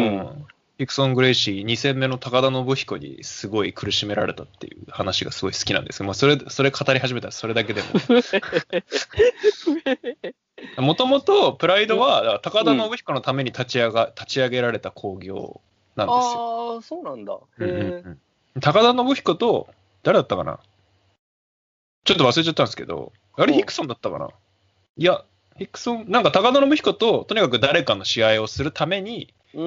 ヒクソン・グレイシーに戦目の高田信彦にすごい苦しめられたっていう話がすごい好きなんですけど、まあ、それ、それ語り始めたらそれだけでも。もともとプライドは高田信彦のために立ち上が、立ち上げられた興行なんですよ。 ああ、そうなんだ。 へうんうんうん、高田信彦と、誰だったかなちちょっと忘れちゃったんですけど、あれヒクソンだったかな。いや、ヒクソン、なんか高田信彦ととにかく誰かの試合をするために、 うん、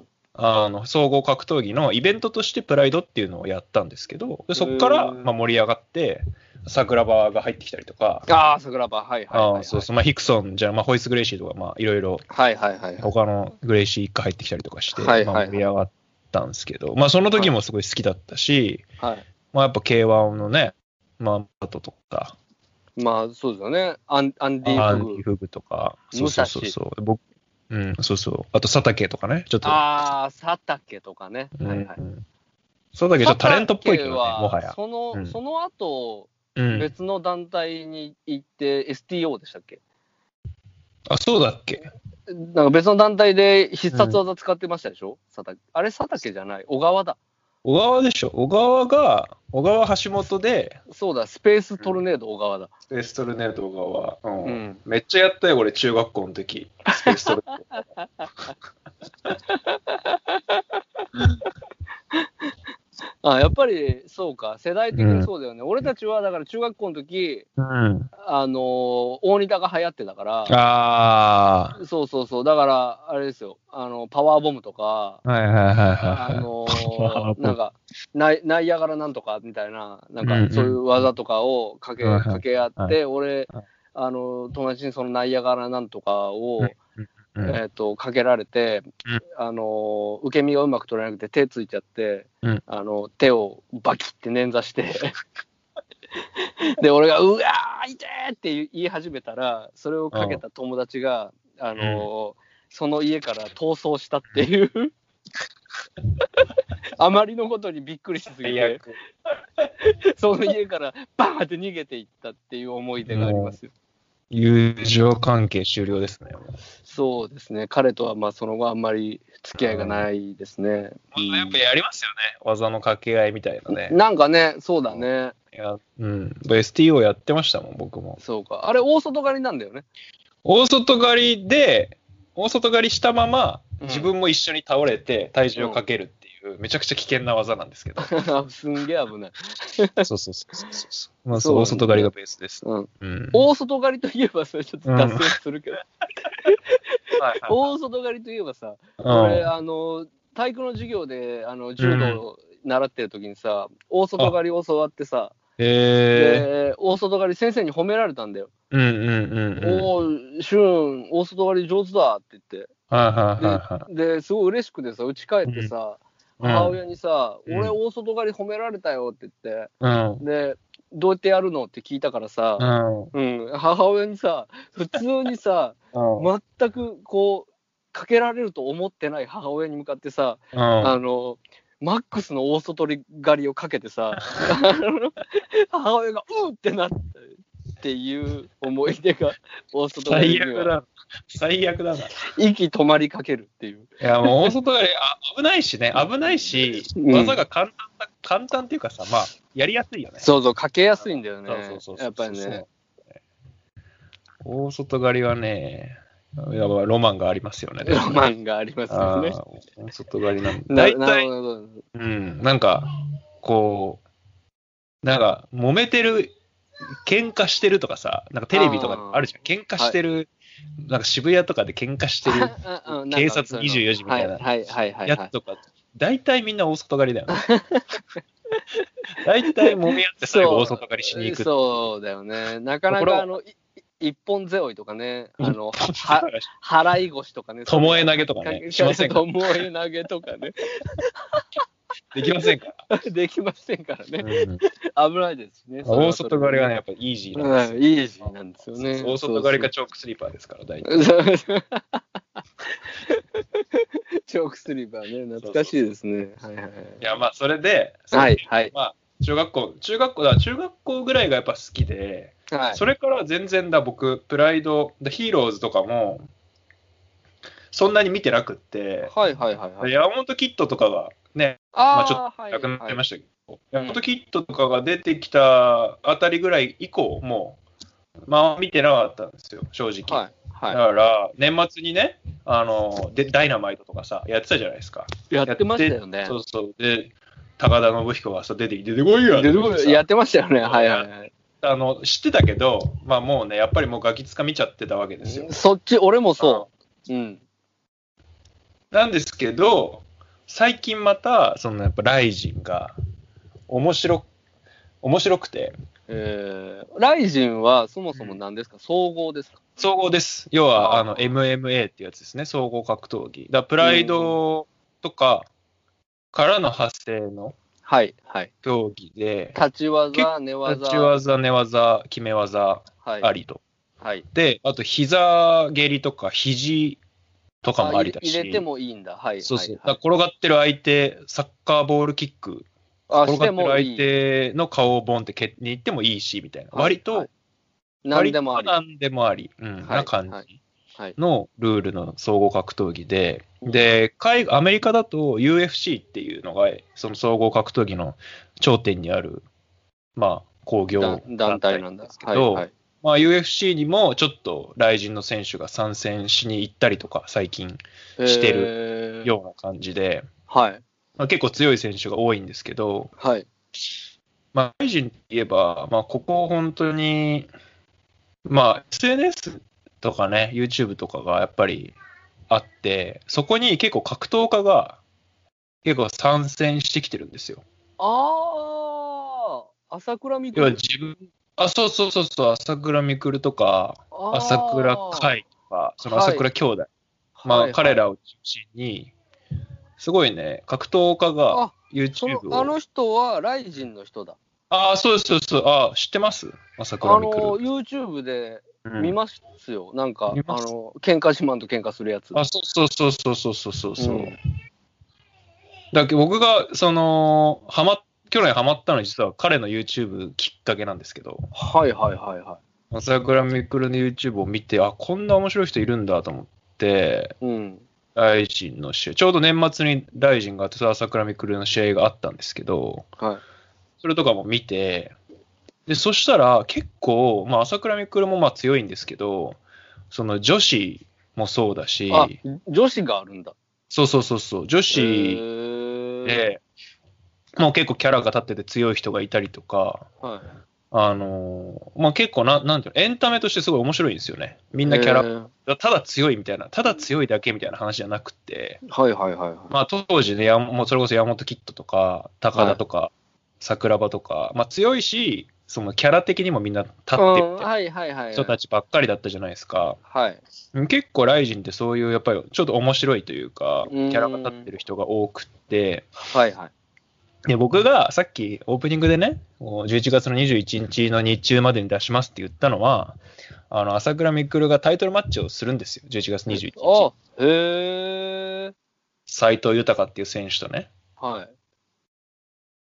あの総合格闘技のイベントとしてプライドっていうのをやったんですけど、でそこからまあ盛り上がって、桜庭が入ってきたりとか、 ああ、桜庭、はいはいはい、はい。あそうそう、まあ、ヒクソンじゃ、まあ、ホイス・グレイシーとか、まあ、いろいろ、 はいはいはい、 他のグレイシー一家入ってきたりとかして、 はいはいはい、 まあ、盛り上がったんですけど、まあ、その時もすごい好きだったし、 はい、 まあ、やっぱ ケーワン のね、まあ、バトとか、 まあ、そうですよね、アンアンディ・フグ。 アンディ・フグとか、そうそうそうそう、僕、うん、そうそう、あと佐竹とかね、ちょっと。 ああ、佐竹とかね、 うん、 はいはい。 佐竹ちょっとタレントっぽいけどね、もはや。 その、うん、その後、 うん、 別の団体に行って エスティーオー でしたっけ？ あ、そうだっけ？ なんか別の団体で必殺技使ってましたでしょ、うん、佐竹。あれ佐竹じゃない、小川だ。 小川でしょ。小川が、小川橋本で。 そうだ、スペーストルネード小川だ。 スペーストルネード小川。うん。うん、めっちゃやったよ、俺、中学校の時。スペーストルネード。 あ、やっぱりそうか、世代的にそうだよね。うん、俺たちはだから中学校の時、うん、あのー、大仁田が流行ってたから、 ああ、 そうそうそう、だからあれですよ、あのパワーボムとか、 はいはいはいはい、 あのー、なんかナイ、ナイアガラなんとかみたいな、なんかそういう技とかをかけ、うんうん、掛け合って、俺、あの友達にそのナイアガラなんとかを、うんうん、えー、とかけられて、うん、あの受け身がうまく取れなくて手ついちゃって、うん、あの手をバキって捻挫してで俺がうわー痛えって言い始めたら、それをかけた友達が、あの、うん、その家から逃走したっていうあまりのことにびっくりしすぎてその家からバーンって逃げていったっていう思い出がありますよ。 友情関係終了ですね。 そうですね。彼とはまあその後あんまり付き合いがないですね。 うん、やっぱやりますよね。技の掛け合いみたいなね。 なんかね、そうだね。 いや、うん。エスティーオー やってましたもん、僕も。 そうか。あれ、大外刈りなんだよね。 大外刈りで、大外刈りしたまま、自分も一緒に倒れて体重をかけるっていう、うん、めちゃくちゃ危険な技なんですけど。 すんげえ危ない。 そうそうそうそうそう。まあ、そう、大外刈りがベースです。 うんうん、大外刈りといえばそれちょっと脱線するけど。大外刈りといえばさ、俺、あの、体育の授業であの柔道を習ってる時にさ、うん、大外刈りを教わってさ、で大外刈り先生に褒められたんだよ。 うんうんうんうん、 おお、シュン、大外刈り上手だって言って。 はいはいはい、 で、ですごい嬉しくてさ、家帰ってさ、うん、母親にさ、うん、俺大外刈り褒められたよって言って、うん、で、どうやってやるのって聞いたからさ、うんうん、母親にさ、普通にさ、うん、全くこう、かけられると思ってない母親に向かってさ、うん、あの、マックスの大外刈りをかけてさ、母親がうーってなったっていう思い出が大外刈りには。 最悪だ。最悪だな。 息止まりかけるっていう。 いや、もう大外刈りあ危ないしね、危ないし、技が簡単だ、うん、簡単っていうかさ、まあ、やりやすいよね。 そうそう、かけやすいんだよね。 そうそうそうそう。 やっぱりね。 大外刈りはね、やばいロマンがありますよね。 ロマンがありますよね。 大外刈りなんだ。大体、うん、なんか、こう、なんか、揉めてる、喧嘩してるとかさ、なんかテレビとかあるじゃん。喧嘩してる、はい、なんか渋谷とかで喧嘩してる、警察にじゅうよじみたいなやつとか、大体みんな大外刈りだよね。大体揉み合って最後大外刈りしに行く。 そうだよね。なかなかあの、一本背負いとかね、あの、は、払い腰とかね。 ともえ投げとかね。しませんか。 ともえ投げとかね。 できませんかできませんからね。うん、危ないですね。 大外刈りはね、やっぱイージーなんですよ。 うん、イージーなんですよね。 大外刈りかチョークスリーパーですから、大体。 チョークスリーパーね、懐かしいですね。はいはい。 いや、まあ、それで、 はいはい。 まあ、中学校、中学校だ、中学校ぐらいがやっぱ好きで、はい、それから全然だ、僕、プライド、ヒーローズとかも、そんなに見てなくって、 はいはいはい、はい。 山本キッドとかがね、あまあ、ちょっとなくなりましたけど、はいはい、山本キッドとかが出てきたあたりぐらい以降、もう、まあ見てなかったんですよ、正直。はいはい、だから、年末にね、あので、ダイナマイトとかさ、やってたじゃないですか。 やってましたよね。 そうそう。で、高田信彦がさ、出てきて、出てこいや出てこいやってましたよね、はいはいはい。 あの、知ってたけど、まあもうね、やっぱりもうガキ使見ちゃってたわけですよ。 そっち、俺もそう。うん。 なんですけど、最近また、そのやっぱライジンが面白、面白くて。 えー、ライジンはそもそも何ですか、総合ですか？ 総合です。要は、あの、エムエムエー っていうやつですね。総合格闘技。だプライドとかからの発生のはいはい。 競技で、 立ち技、寝技。 立ち技、寝技、決め技ありと。 はい。 で、あと膝蹴りとか肘とかもありだし。 入れてもいいんだ。はい。 そうそう。 はいはい、 だ転がってる相手、サッカーボールキック、 あ転がってる相手の顔をボンって蹴に行ってもいいし、みたいな。 はい、 割と、はい、 何でもあり。 何でもあり、うん、はい、な感じ。 はいはい、 のルールの総合格闘技で、で、海アメリカだと ユーエフシー っていうのが、その総合格闘技の頂点にある、まあ、工業団体なんですけど、はいはい、まあ、ユーエフシー にもちょっとライジンの選手が参戦しに行ったりとか、最近してるような感じで、 はいまあ、結構強い選手が多いんですけど、 はい、 まあ、ライジンって言えば、まあ、ここ本当に、まあ、エスエヌエスとかね、YouTube とかがやっぱりあって、そこに結構格闘家が結構参戦してきてるんですよ。 ああ、朝倉未来。 要は自分、あ、そうそうそうそう、朝倉未来とか、朝倉海とか、その朝倉兄弟。はい、まあ、はいはい、彼らを中心に、すごいね、格闘家が YouTube を。 あの人はライジンの人だ。 ああ、そうそうそう、あ知ってます朝倉未来。 あの、YouTube で見ますよ。うん、なんか、あの、喧嘩自慢と喧嘩するやつ。 あ、そうそうそうそうそうそうそう。うん、だけど僕が、その、はま、去年ハマったのは実は彼の YouTube きっかけなんですけど。 はいはいはいはい。 朝倉未来の YouTube を見て、あ、こんな面白い人いるんだと思って、うん。ライジンの試合、ちょうど年末にライジンがあって、朝倉未来の試合があったんですけど、はい。それとかも見て、で、そしたら結構、まあ朝倉未来もまあ強いんですけど、その女子もそうだし、 あ、女子があるんだ。 そうそうそうそう、女子で、もう結構キャラが立ってて強い人がいたりとか、はい、あのー、まあ結構な、なんていうの、エンタメとしてすごい面白いんですよね。みんなキャラ、ただ強いみたいな、ただ強いだけみたいな話じゃなくて、 はいはいはい、はい。 まあ当時ね、やもうそれこそ山本キッドとか、高田とか、はい、桜庭とか、まあ強いし、そのキャラ的にもみんな立ってる人たちばっかりだったじゃないですか。はい、結構ライジンってそういうやっぱりちょっと面白いというか、キャラが立ってる人が多くて、はいはい。で僕がさっきオープニングでね、じゅういちがつのにじゅういちにちの日中までに出しますって言ったのは、あの朝倉未来がタイトルマッチをするんですよ、じゅういちがつにじゅういちにち。あ、へー。斎藤豊っていう選手とね。はい。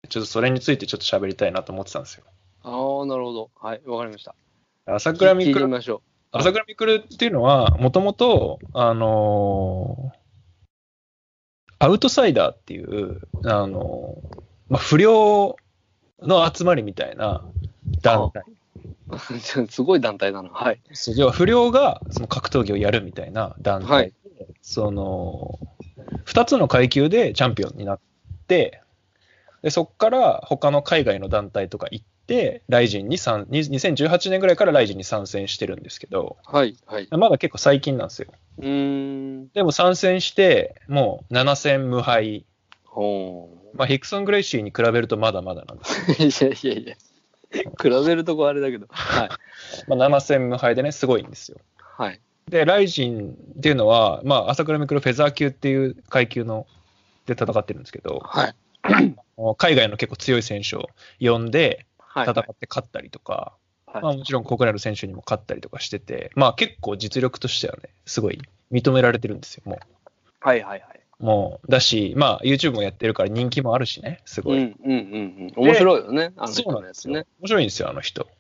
ちょっとそれについてちょっと喋りたいなと思ってたんですよ。 ああ、なるほど。はい、わかりました。 朝倉未来、 ましょう。 朝倉未来っていうのは、もともと、あのー、アウトサイダーっていう、あのー、まあ、不良の集まりみたいな団体。 すごい団体だな。はい。 そう、要は不良がその格闘技をやるみたいな団体で、はい、その、二つの階級でチャンピオンになって、でそこから他の海外の団体とか行って、ライジンにさんにせんじゅうはちねんぐらいからライジンに参戦してるんですけど、はいはい、まだ結構最近なんですよ。うーんでも参戦して、もうなな戦無敗。ほーまあ、ヒクソン・グレイシーに比べるとまだまだなんですよ。いやいやいや、比べるとこあれだけど、はい、 まあなな戦無敗でね、すごいんですよ。はい、で、ライジンっていうのは、まあ、朝倉未来フェザー級っていう階級ので戦ってるんですけど、はい海外の結構強い選手を呼んで戦って勝ったりとか、はいはいまあ、もちろん国内の選手にも勝ったりとかしてて、まあ結構実力としてはね、すごい認められてるんですよ、もう。はいはいはい。もう、だし、まあ YouTube もやってるから人気もあるしね、すごい。うんうんうんうん。面白いよね、あの人のやつね。面白いんですよ、あの人。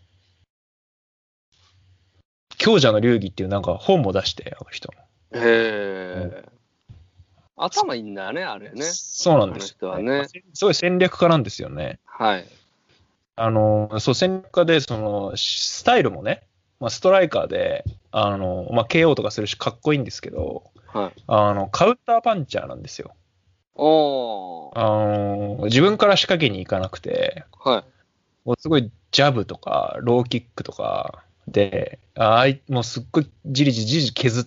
強者の流儀っていうなんか本も出して、あの人。へー。うん頭いいんだよね、あれね。 そうなんですよ、ね。はね、すごい戦略家なんですよね。はい。あの、そう、戦略家で、その、スタイルもね、まあ、ストライカーで、あの、まあ、ケーオー とかするし、かっこいいんですけど、はい。あの、カウンターパンチャーなんですよ。おー。あの、自分から仕掛けに行かなくて、はい。 もうすごいジャブとか、ローキックとかで、あいもうすっごいじりじりじりじり削って、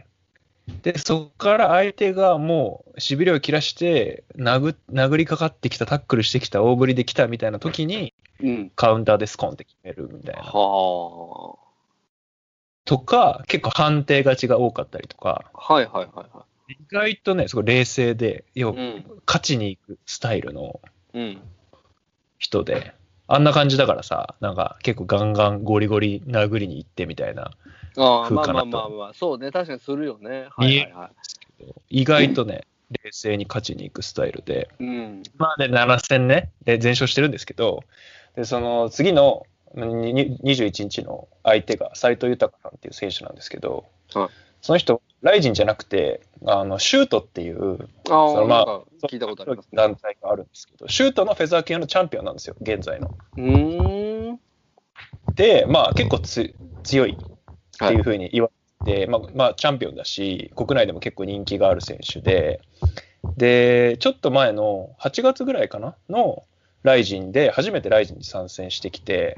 で、そこから相手がもう痺れを切らして殴、殴りかかってきた、タックルしてきた、大振りできたみたいな時に、うん、カウンターでスコンって決めるみたいな。はあ。とか、結構判定勝ちが多かったりとか。 はいはいはいはい。 意外とね、すごい冷静で、要は、うん、勝ちに行くスタイルの人で、うん、あんな感じだからさ、なんか結構ガンガンゴリゴリ殴りに行ってみたいな風かなと。あまあまあまあまあ、そうね、確かにするよね。はいはいはい。 意外とね、冷静に勝ちに行くスタイルで、うん、まあね、なな戦ね、で全勝してるんですけど、でその次のにじゅういちにちの相手が斉藤豊さんっていう選手なんですけど、はい、その人、ライジンじゃなくて、あのシュートっていう、 あそのまあ、聞いたことあります、ね、 団体があるんですけど、シュートのフェザー級のチャンピオンなんですよ、現在の。うーんで、まあ結構つ強いっていうふうに言われて、はい、まあ、まあチャンピオンだし、国内でも結構人気がある選手で、で、ちょっと前のはちがつぐらいかなのライジンで、初めてライジンに参戦してきて、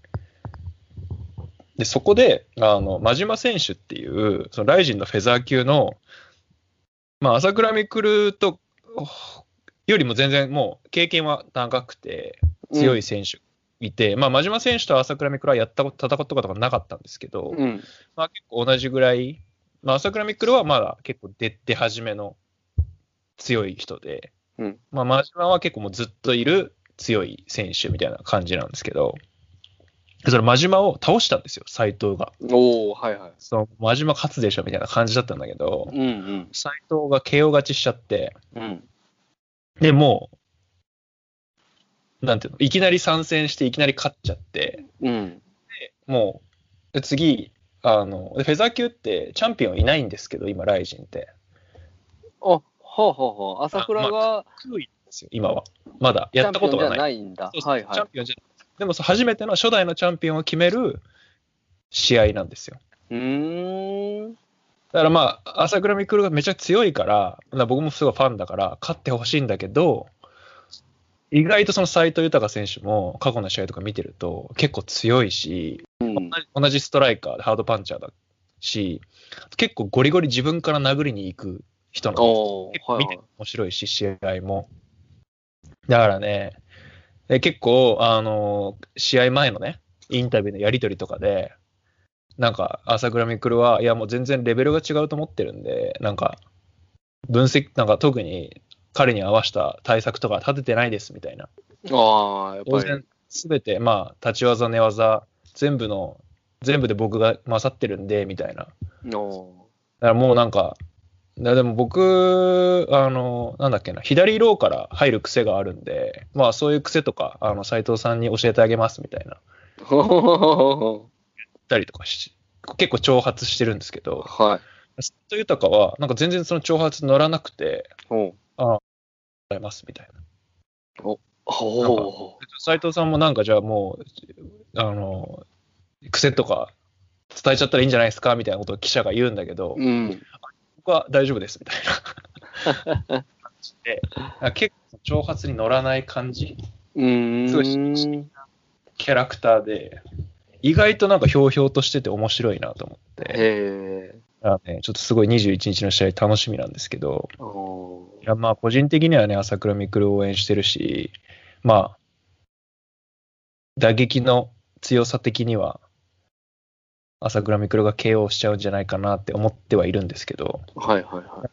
で、そこで、あの、真島選手っていう、そのライジンのフェザー級の、まあ、朝倉未来と、よりも全然もう経験は長くて、強い選手いて、うん、まあ、真島選手と朝倉未来はやったこと、戦ったことがなかったんですけど、うん、まあ、結構同じぐらい、まあ、朝倉未来はまだ結構出、出始めの強い人で、うん、まあ、真島は結構もうずっといる強い選手みたいな感じなんですけど、その真島を倒したんですよ、斉藤が。 おー、はいはい。 その真島勝つでしょみたいな感じだったんだけど、うんうん、斉藤が ケーオー 勝ちしちゃって、うん、で、もう、なんていうの、いきなり参戦していきなり勝っちゃって、うん、でもう、で次、あの、フェザー級ってチャンピオンいないんですけど、今、ライジンって。 あ、はあはあはあ、朝倉が。まあ、 低いんですよ、今は。まだ、やったことがない。 チャンピオンじゃないんだ。 そうそう、 はいはい。 チャンピオンじゃでも初めての初代のチャンピオンを決める試合なんですよ。うーん。だからまあ、朝倉未来がめちゃ強いから、から僕もすごいファンだから、勝ってほしいんだけど、意外とその斉藤豊選手も過去の試合とか見てると結構強いし、うん、同じ、同じストライカーでハードパンチャーだし、結構ゴリゴリ自分から殴りに行く人なんですよ。結構見て面白いし、試合も。だからね、で結構、あのー、試合前のね、インタビューのやり取りとかで、なんか、朝倉未来は、いや、もう全然レベルが違うと思ってるんで、なんか、分析、なんか特に彼に合わせた対策とか立ててないですみたいな。ああ、やっぱり。当然、すべて、まあ、立ち技、寝技、全部の、全部で僕が勝ってるんで、みたいな。だからもうなんか、だでも僕、あの、なんだっけな、左ローから入る癖があるんで、まあそういう癖とか、あの、斉藤さんに教えてあげますみたいな。言ったりとかし、結構挑発してるんですけど、はい。斉藤豊は、なんか全然その挑発乗らなくて、ああ、ありますみたいな。おお。斉藤さんもなんかじゃあもう、あの、癖とか伝えちゃったらいいんじゃないですかみたいなことを記者が言うんだけど、うん、僕は大丈夫ですみたいな感じで、結構挑発に乗らない感じ、うーん、すごいキャラクターで、意外となんかひょうひょうとしてて面白いなと思って、へー、ね、ちょっとすごいにじゅういちにちの試合楽しみなんですけど、いやまあ個人的にはね、朝倉未来を応援してるし、まあ、打撃の強さ的には、朝倉未来が ケーオー しちゃうんじゃないかなって思ってはいるんですけど、はいはいはい。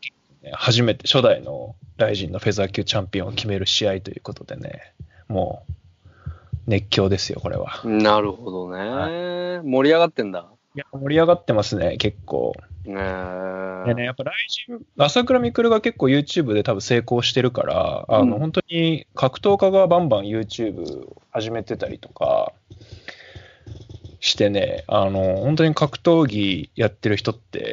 初めて初代のライジンのフェザー級チャンピオンを決める試合ということでね、もう熱狂ですよ、これは。 なるほどね。はい、盛り上がってんだ。 いや、盛り上がってますね、結構。ねでね、やっぱライジン、朝倉未来が結構 YouTube で多分成功してるから、あの、うん、本当に格闘家がバンバン YouTube 始めてたりとか、してね、あの、本当に格闘技やってる人って、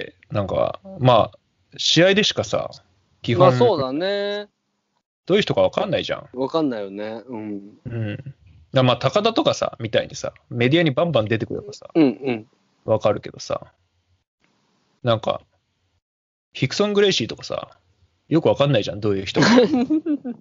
なんか、まあ、試合でしかさ、基本、まあそうだね。 どういう人かわかんないじゃん。 わかんないよね。うん。 うん。だまあ、高田とかさ、みたいにさ、メディアにバンバン出てくればさ、うんうん。わかるけどさ、なんか、ヒクソン・グレイシーとかさ、よくわかんないじゃん、どういう人か。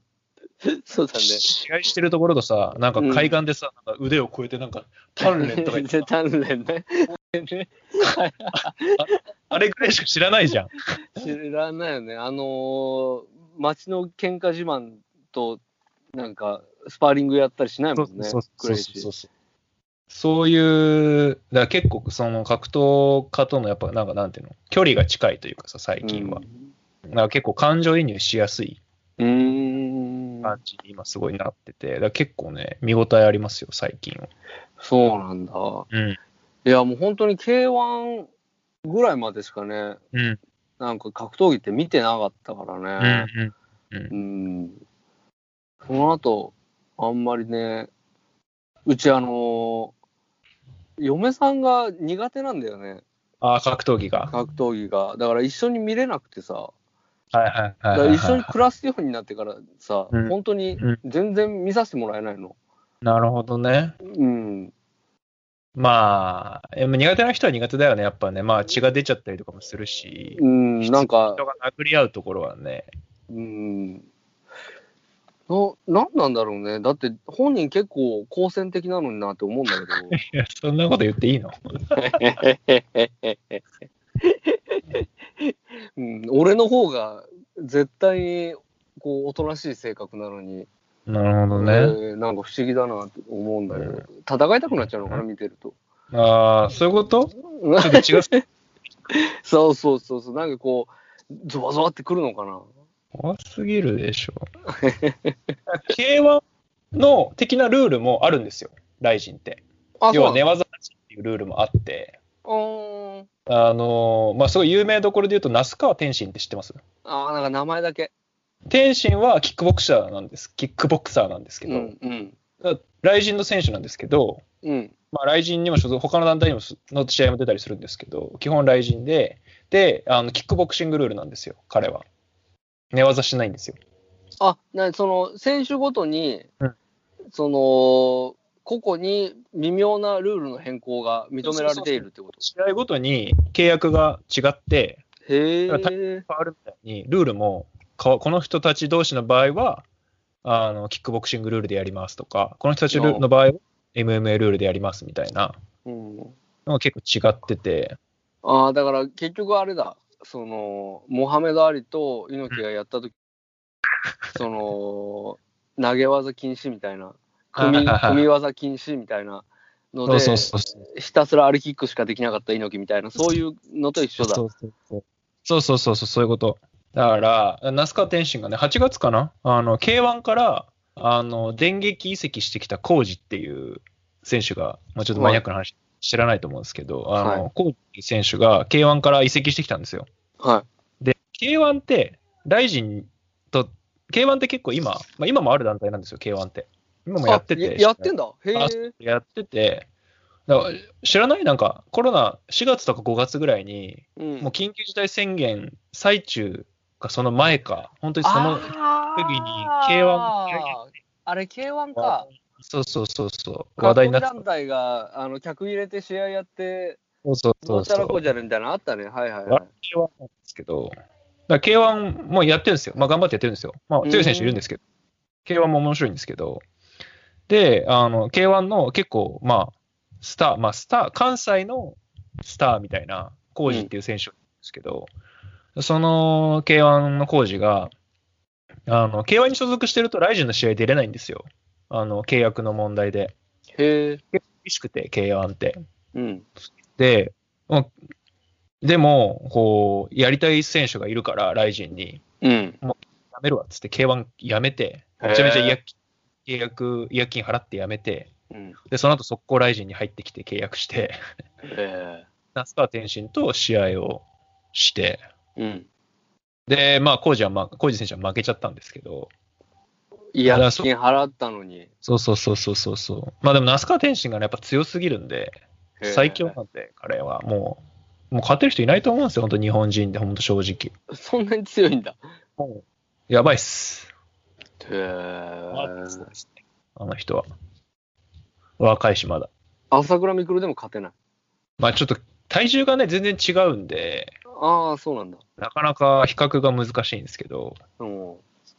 そうだね。 試合してるところとさ、なんか海岸でさ、うん、なんか腕を越えてなんか、鍛錬とか言って。 鍛錬ね。 あ, あれぐらいしか知らないじゃん。 知らないよね。あのー、街の喧嘩自慢と、なんか、スパーリングやったりしないもんね。 そうそうそうそう。そういう、だから結構その格闘家とのやっぱなんかなんていうの、距離が近いというかさ、最近は。うん、だから結構感情移入しやすい感じに今すごいなってて、だから結構ね、見応えありますよ、最近は。 そうなんだ。うん。いや、もう本当に ケーワン ぐらいまでしかね、うん、なんか格闘技って見てなかったからね。うん、うんうん、その後、あんまりね、うちあのー、嫁さんが苦手なんだよね。 ああ、格闘技が。 格闘技が。だから一緒に見れなくてさ。 はいはいはい、はい。だから一緒に暮らすようになってからさ、うん、本当に全然見させてもらえないの。 うん、なるほどね。うん。まあ、苦手な人は苦手だよね、やっぱね。まあ血が出ちゃったりとかもするし。うん、なんか。人が殴り合うところはね。うん。 な、なんなんだろうね。だって本人結構好戦的なのになって思うんだけど。 いや、そんなこと言っていいのうん、俺の方が絶対にこうおとなしい性格なのに。 なるほどね、えー。なんか不思議だなって思うんだけど。うん、戦いたくなっちゃうのかな、見てると。 ああ、そういうことちょっと違う。 そうそうそうそう。なんかこう、ゾワゾワってくるのかな。 怖すぎるでしょ。ケーワン の的なルールもあるんですよ、ライジンって。要は寝技っていうルールもあって。あのー、まあ、すごい有名どころで言うと、那須川天心って知ってます？ ああ、なんか名前だけ。 天心はキックボクサーなんです。キックボクサーなんですけど、うんうん、ライジンの選手なんですけど、うん、まあ、ライジンにも所属、他の団体にもの試合も出たりするんですけど、基本ライジンで、で、あのキックボクシングルールなんですよ、彼は。寝技しないんですよ。 あ、なその選手ごとに、うん、その個々に微妙なルールの変更が認められているってこと？ 試合ごとに契約が違って、 へー変わるみたいにルールもこの人たち同士の場合はあのキックボクシングルールでやりますとか、この人たちの場合は エムエムエー ルールでやりますみたいなのが結構違ってて、 うん、ああだから結局あれだ。そのモハメド・アリと猪木がやったとき、うん、その投げ技禁止みたいな、組み、組み技禁止みたいなので、そうそうそうそう、ひたすらアリキックしかできなかった猪木みたいな、そういうのと一緒だ。 そうそうそうそうそうそうそうそういうこと。だから那須川天心がね、はちがつかな、あの ケーワン からあの電撃移籍してきたコージっていう選手が、まあ、ちょっとマニアックな話、はい、知らないと思うんですけど、あの、はい、コージ選手が ケーワン から移籍してきたんですよ。 はい。 で、ケーワン って、ライジンと、ケーワン って結構今、まあ、今もある団体なんですよ、ケーワン って。今もやってて。 やってんだ。へえ。 やってて、だから知らない？なんか、コロナしがつとかごがつぐらいに、うん、もう緊急事態宣言最中かその前か、本当にその時に ケーワン、 あれ ケーワン か。 そうそうそうそう。 話題になってた。団体があの客入れて試合やって、 そうそうそうそう。 どうちゃらこうちゃらみたいなのあったね。はいはいはい。 ケーワン なんですけど、だから ケーワン もやってるんですよ。まあ頑張ってやってるんですよ。まあ強い選手いるんですけど、ケーワン も面白いんですけど、で、あの、ケーワン の結構、まあ、スター、まあスター、関西のスターみたいな、コージっていう選手なんですけど、うん、その ケーワン のコージが、あの、ケーワン に所属してるとライジンの試合出れないんですよ。あの、契約の問題で。 へえ。 結構厳しくて、ケーワン って。 うん。 で、でも、こう、やりたい選手がいるから、ライジンに。 うん。 もう、やめるわっつって、ケーワン やめて、めちゃめちゃ違約、契約、違約金払ってやめて、うん、で、その後速攻ライジンに入ってきて契約して、那須川天心と試合をして、 うん、 で、まあ、コージは、まあ、コージ選手は負けちゃったんですけど、 違約金払ったのに。 そうそうそうそうそうそう。まあでも、那須川天心がね、やっぱ強すぎるんで、最強なんで、彼はもう、もう勝てる人いないと思うんですよ、本当日本人で、本当正直。 そんなに強いんだ。 もうやばいっす。 へー。 あの人は。若いし、まだ。 朝倉未来でも勝てない。 まあちょっと体重がね、全然違うんで。 ああ、そうなんだ。 なかなか比較が難しいんですけど。 うん。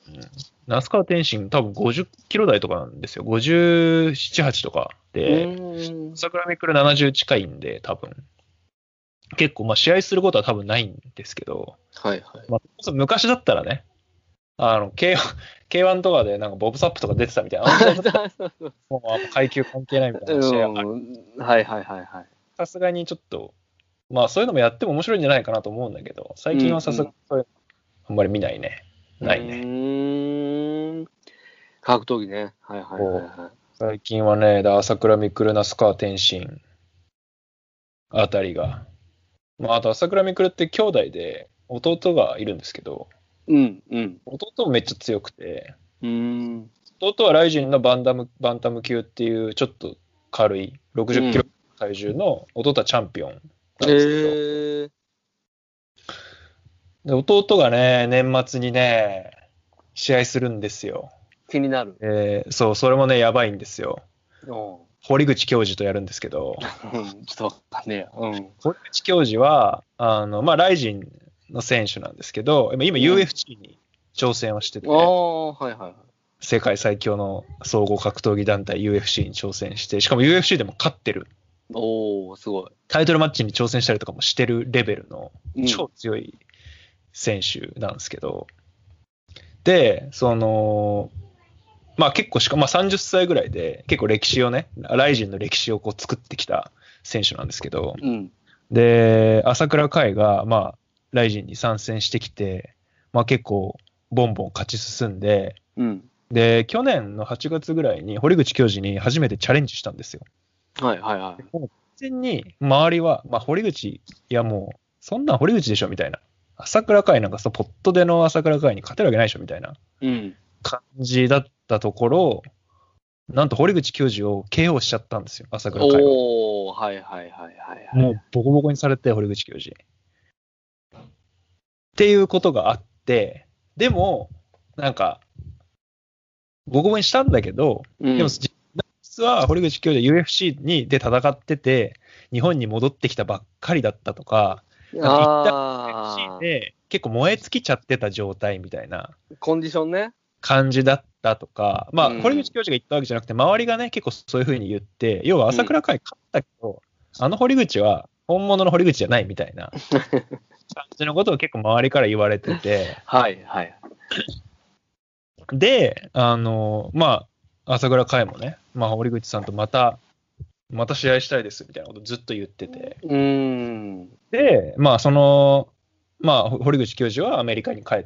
那須川天心多分ごじゅっキロ台とかなんですよ。ごじゅうなな、はちとかで、朝倉未来ななじゅう近いんで、多分。結構、まあ試合することは多分ないんですけど、 はいはい。 まあ、昔だったらね、あの、ケーワン とかでなんかボブサップとか出てたみたいな。もう階級関係ないみたいな試合がある。 はいはいはいはい。 さすがにちょっと、まあそういうのもやっても面白いんじゃないかなと思うんだけど、最近はさすがにそういうのあんまり見ないね。ないね。うーん。格闘技ね。はいはいはい、はい。 最近はね、朝倉未来、那須川天心あたりが。まあ、あと朝倉未来って兄弟で弟がいるんですけど、 うんうん。 弟もめっちゃ強くて、 うん。 弟はライジンのバンタム、バンタム級っていうちょっと軽いろくじゅっキロ体重の弟はチャンピオンなんですけど、えー、で弟がね、年末にね、試合するんですよ。 気になる。 えー、そう、それもね、やばいんですよ。堀口教授とやるんですけど、 うん、ちょっとわかんねえや。うん、 堀口教授は、あの、まあ、ライジンの選手なんですけど、今 ユーエフジー に挑戦をしてて、うん、あはいはいはい、 世界最強の総合格闘技団体 ユーエフジー に挑戦して、しかも ユーエフジー でも勝ってる。 おー、すごい。 タイトルマッチに挑戦したりとかもしてるレベルの超強い選手なんですけど、うん、で、その、まあ結構しか、まあさんじゅっさいぐらいで結構歴史をね、ライジンの歴史をこう作ってきた選手なんですけど、うん、で、朝倉海が、まあ、ライジンに参戦してきて、まあ結構ボンボン勝ち進んで、うん、で、去年のはちがつぐらいに堀口教授に初めてチャレンジしたんですよ。 はいはいはい。 もう完全に周りは、まあ堀口、いやもう、そんなん堀口でしょみたいな。朝倉海なんかさ、ポットでの朝倉海に勝てるわけないでしょみたいな感じだったところ、うん、なんと堀口教授を ケーオー しちゃったんですよ、朝倉海は。 おー、はいはいはいはい、はい。 もうボコボコにされて、堀口教授。っていうことがあって、でも、なんか、ボコボコにしたんだけど、うん、でも実は堀口教授は ユーエフジー にで戦ってて、日本に戻ってきたばっかりだったとか、なんか一旦 ユーエフジー で結構燃え尽きちゃってた状態みたいな。 コンディションね。 感じだったとか、まあ、うん、堀口教授が言ったわけじゃなくて、周りがね、結構そういうふうに言って、要は朝倉海勝ったけど、うん、あの堀口は本物の堀口じゃないみたいな感じのことを結構周りから言われてて、 はいはい。 で、あの、まあ、朝倉海もね、まあ、堀口さんとまた、また試合したいですみたいなことずっと言ってて、 うん、 で、まあ、その、まあ、堀口教授はアメリカに帰って、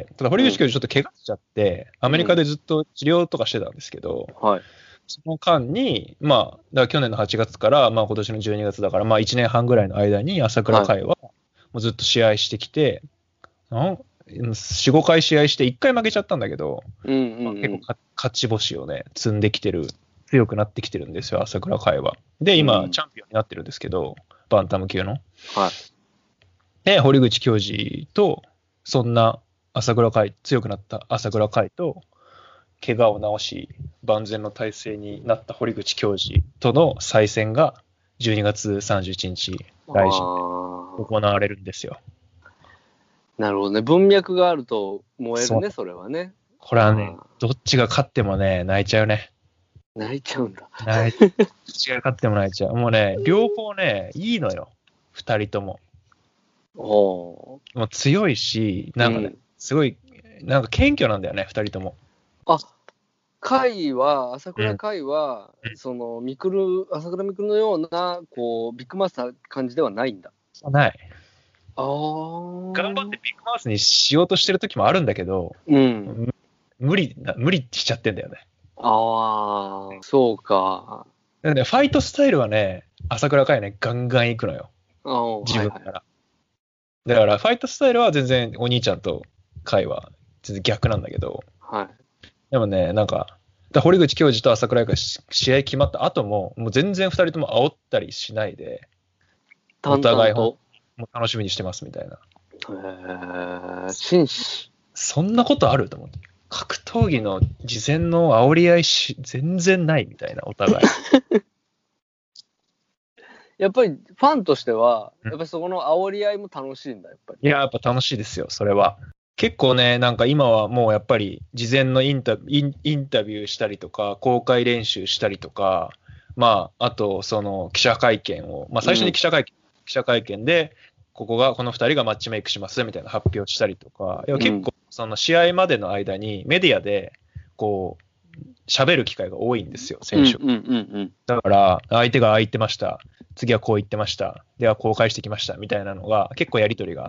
ただ堀口教授ちょっと怪我しちゃって、うん、アメリカでずっと治療とかしてたんですけど、 うん、はい、 その間に、まあ、だから去年のはちがつから、まあ今年のじゅうにがつだから、まあいちねんはんぐらいの間に朝倉海は、もうずっと試合してきて、はい、よん、ごかい試合していっかい負けちゃったんだけど、 うんうんうん、 まあ、結構勝ち星をね、積んできてる、強くなってきてるんですよ、朝倉海は。で、今、うん、チャンピオンになってるんですけど、バンタム級の。 はい。 で、堀口教授と、そんな朝倉海、強くなった朝倉海と、怪我を治し、万全の体制になった堀口教授との再戦がじゅうにがつさんじゅういちにち、来週行われるんですよ。 なるほどね。文脈があると燃えるね、そ, それはね。 これはね、どっちが勝ってもね、泣いちゃうね。 泣いちゃうんだ。 泣いどっちが勝っても泣いちゃう。もうね、両方ね、いいのよ。二人とも。 おもう強いし、なんかね、うん、すごい、なんか謙虚なんだよね、二人とも。 あ、海は、朝倉海は、うん、その、みくる、朝倉みくるのような、こう、ビッグマウスな感じではないんだ。 ない。 ああ。 頑張ってビッグマウスにしようとしてる時もあるんだけど、 うん。 無理、無理しちゃってんだよね。 ああ、そうか。 だからね、ファイトスタイルはね、朝倉海ね、ガンガン行くのよ。自分から。はいはい、だから、ファイトスタイルは全然お兄ちゃんと海は全然逆なんだけど、 はい。 でもね、なんか、堀口教授と朝倉海が試合決まった後も、もう全然二人とも煽ったりしないで、お互いも楽しみにしてますみたいな。 へえ、紳士。 そんなことあると思って。格闘技の事前の煽り合いし、全然ないみたいな、お互い。 やっぱりファンとしては、やっぱりそこの煽り合いも楽しいんだ、やっぱり。 いや、やっぱ楽しいですよ、それは。 結構ね、なんか今はもうやっぱり事前のインタインインタビューしたりとか、公開練習したりとか、まあ、あとその記者会見を、まあ最初に記者会見、うん、記者会見で、ここが、このふたりがマッチメイクしますみたいな発表したりとか、要は結構その試合までの間にメディアで、こう、喋る機会が多いんですよ、選手。 うんうんうんうん、 だから、相手がああ言ってました。次はこう言ってました。では公開してきました。みたいなのが結構やりとりがあって。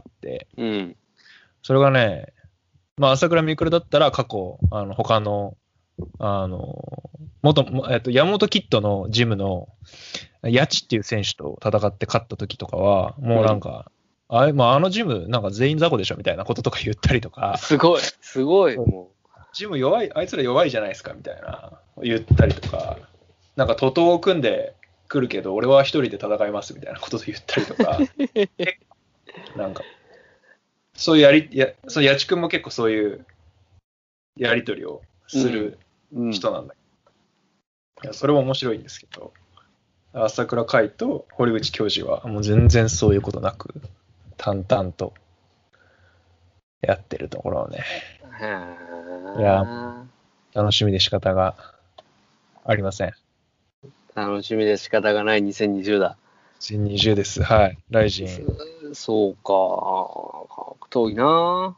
うん、 それがね、まあ、朝倉未来だったら過去、あの、他の、あの、元、えっと、山本キッドのジムの、ヤチっていう選手と戦って勝った時とかは、もうなんか、うん、あれ、まあ、あのジム、なんか全員雑魚でしょみたいなこととか言ったりとか。 すごい、すごい、もう。ジム弱い、あいつら弱いじゃないですかみたいな、言ったりとか、なんか徒党を組んでくるけど、俺は一人で戦いますみたいなこと言ったりとか、なんか、そういうやり、や、その八千くんも結構そういうやりとりをする人なんだけど、うんうん、いやそれも面白いんですけど、朝倉海と堀口教授はもう全然そういうことなく、淡々とやってるところをね、いや、楽しみで仕方がありません。 楽しみで仕方がないにせんにじゅうだ。 にせんにじゅうです。はい。ライジン。 そうか。格闘技な。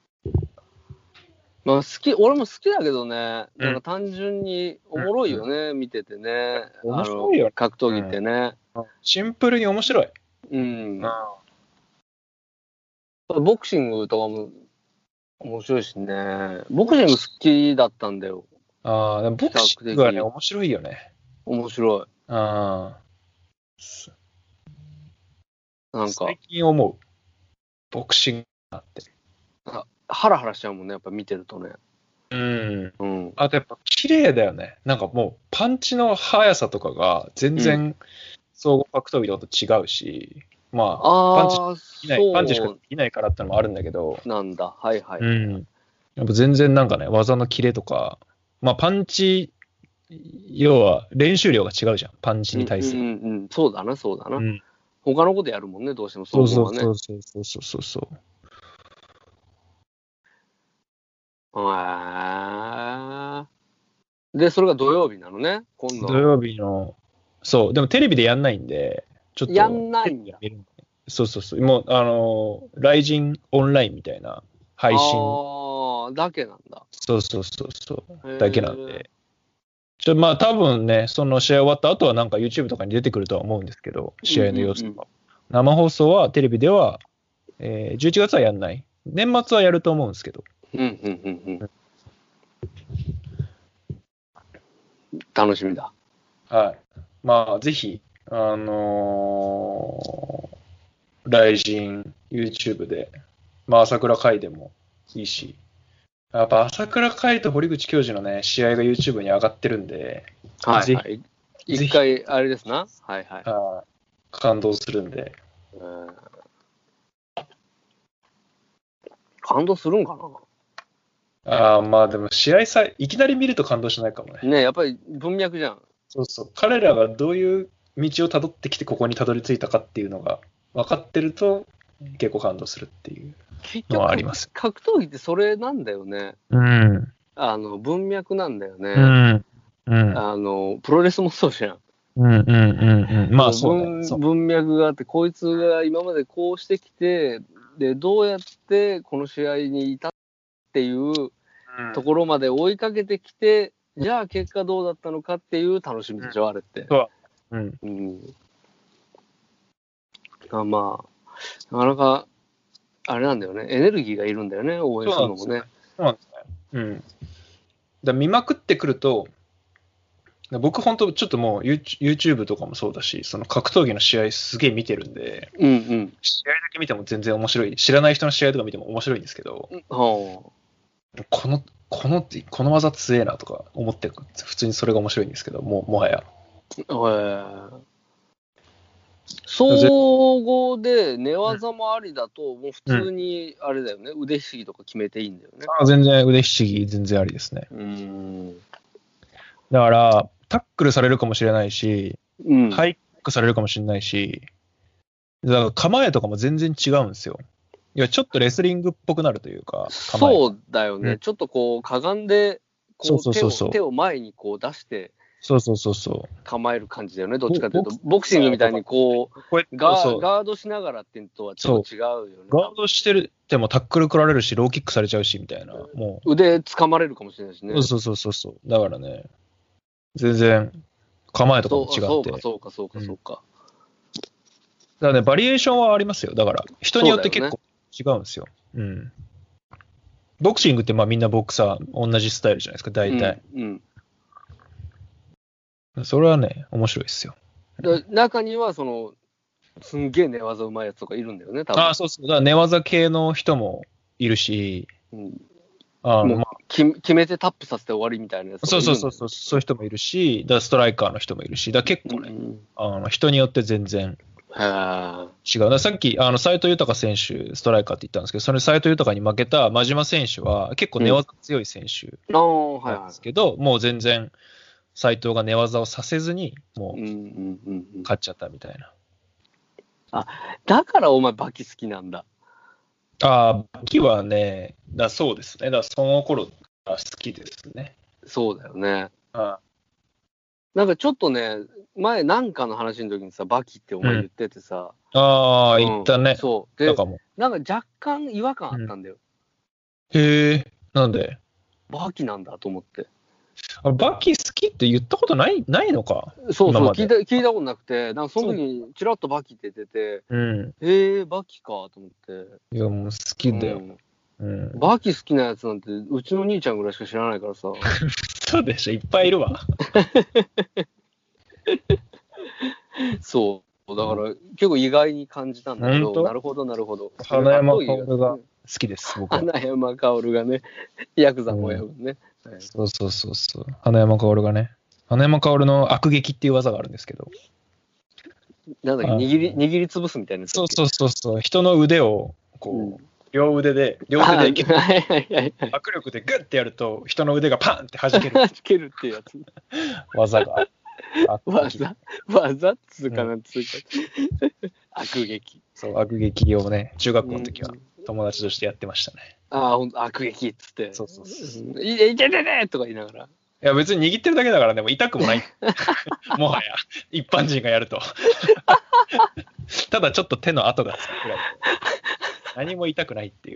まあ好き、俺も好きだけどね、うん、なんか単純におもろいよね、うん、見ててね。 面白いよ。 格闘技ってね、 うん。シンプルに面白い。 うん。うん、ボクシングとかも面白いしね。ボクシング好きだったんだよ。 ああ、ボクシングはね、面白いよね。 面白い。 ああ。 なんか。 最近思う。ボクシングだって。 あ、ハラハラしちゃうもんね、やっぱ見てるとね。 うん。 うん。 あとやっぱ綺麗だよね。なんかもうパンチの速さとかが全然総合格闘技と違うし、うん、まあ、パンチできない、パンチしかできないからってのもあるんだけど。 なんだ、はいはい。 うん。やっぱ全然なんかね、技のキレとか、まあパンチ、要は練習量が違うじゃん、パンチに対する。 うんうんうん、そうだな、そうだな。うん、他のことやるもんね、どうしてもそうそうそうそうそうそうそう。 あで、それが土曜日なのね、今度。 土曜日の、そう、でもテレビでやんないんで、ちょっと。 やんないんだ。 そうそうそう。もう、あの、ライジンオンラインみたいな配信。 ああ、だけなんだ。 そうそうそうそう。だけなんで。ちょまあ多分ね、その試合終わった後はなんか YouTube とかに出てくるとは思うんですけど、試合の様子とか。うんうんうん、生放送はテレビでは、えー、じゅういちがつはやんない。年末はやると思うんですけど。 うんうんうんうん。楽しみだ。 はい。まあぜひ、あのー、ライジン YouTube で、まあ朝倉海でもいいし、やっぱ朝倉海と堀口教授のね、試合が YouTube に上がってるんで、 はいはい。一回、あれですな。はいはい。 あ感動するんで。 うん感動するんかなああ、まあでも試合さ、いきなり見ると感動しないかもね。 ねやっぱり文脈じゃん。 そうそう。彼らがどういう道をたどってきてここにたどり着いたかっていうのが分かってると結構感動するっていうのはあります。 格闘技ってそれなんだよね。 うん。 あの、文脈なんだよね。 うん。うん。 あの、プロレスもそうじゃん。 うんうんうんうん。まあそうね。 文、文脈があって、こいつが今までこうしてきて、で、どうやってこの試合に至っていうところまで追いかけてきて、うん、じゃあ結果どうだったのかっていう楽しみでしょ、うん、あれって。 そう。うん。 うん、あまあ、なかなか、あれなんだよね。エネルギーがいるんだよね、応援するのもね。 そうなんですね。うん。だ見まくってくると、僕本当ちょっともう YouTube とかもそうだし、その格闘技の試合すげえ見てるんで、 うんうん、 試合だけ見ても全然面白い。知らない人の試合とか見ても面白いんですけど、うん、この、この、この技強えなとか思って、普通にそれが面白いんですけど、もう、もはや。 えー、総合で寝技もありだと、もう普通にあれだよね、うん、腕ひしぎとか決めていいんだよね。 あ全然腕ひしぎ全然ありですね。 うんだから、タックルされるかもしれないし、 うん、 ハイキックされるかもしれないし、だから構えとかも全然違うんですよ。 いや、ちょっとレスリングっぽくなるというか、 そうだよね。うん、ちょっとこう、かがんで、こうそうそうそう手を、手を前にこう出して、 そうそうそうそう。 構える感じだよね、どっちかというと。ボクシングみたいにこう、こうガーガードしながらっていうのとはちょっと違うよね。 ガードしてるってもタックル食られるし、ローキックされちゃうし、みたいな。もう腕掴まれるかもしれないしね。 そうそうそうそう。だからね、全然構えとかも違って。 そうか、そうか、そうか、そうか。 うん、だからね、バリエーションはありますよ。だから、人によって結構違うんですよ。うよね、うん。ボクシングってまあみんなボクサー同じスタイルじゃないですか、大体。うん、うんそれはね、面白いですよ。 中には、その、すんげえ寝技うまいやつとかいるんだよね、多分。 ああ、そうそう。だから寝技系の人もいるし、うん、 あもう、まあ、決めてタップさせて終わりみたいなやつとかいるんだよね。 そうそうそう、そういう人もいるし、だストライカーの人もいるし、だ結構ね、うん、あの人によって全然違う。ださっき、あの斉藤豊選手、ストライカーって言ったんですけど、それ斉藤豊に負けた真島選手は結構寝技強い選手なんですけど、うんはいはい、もう全然、斉藤が寝技をさせずに、もう、勝っちゃったみたいな。うんうんうんうん、あ、だからお前バキ好きなんだ。 ああ、バキはね、だそうですね。だその頃が好きですね。 そうだよね。 ああなんかちょっとね、前なんかの話の時にさ、バキってお前言っててさ。 うん、ああ、言ったね。 そう。で、なんかもなんか若干違和感あったんだよ。 うん、へえ、なんでバキなんだと思って。 あバキ好きって言ったことないないのかそうそう、聞いた、聞いたことなくて、なんかその時にチラッとバキって出てて、うん、へえ、バキかと思って。 いや、もう好きだよ、うんうん。バキ好きなやつなんて、うちの兄ちゃんぐらいしか知らないからさ。 そうでしょ、いっぱいいるわ。 そう、だから結構意外に感じたんだけど、なるほど、なるほど。 花山薫が好きです、僕は。 花山薫がね、ヤクザの親分ね。 はい、そうそうそうそう。花山薫がね。花山薫の悪撃っていう技があるんですけど。 なんだっけ、握り、握りつぶすみたいな。 そうそうそうそう。人の腕を、こう、うん、両腕で、両手で、握力でグッてやると、人の腕がパンって弾ける。 弾けるってやつ。 技が。 技技っつうかなんつうか。悪撃。 そう、悪撃をね、中学校の時は友達としてやってましたね。 うん、ああ、ほんと、悪撃っつって。 そうそうそう。 いていてててとか言いながら。 いや、別に握ってるだけだからね、もう痛くもない。もはや、一般人がやると。ただちょっと手の跡がつくくらい。何も痛くないっていう。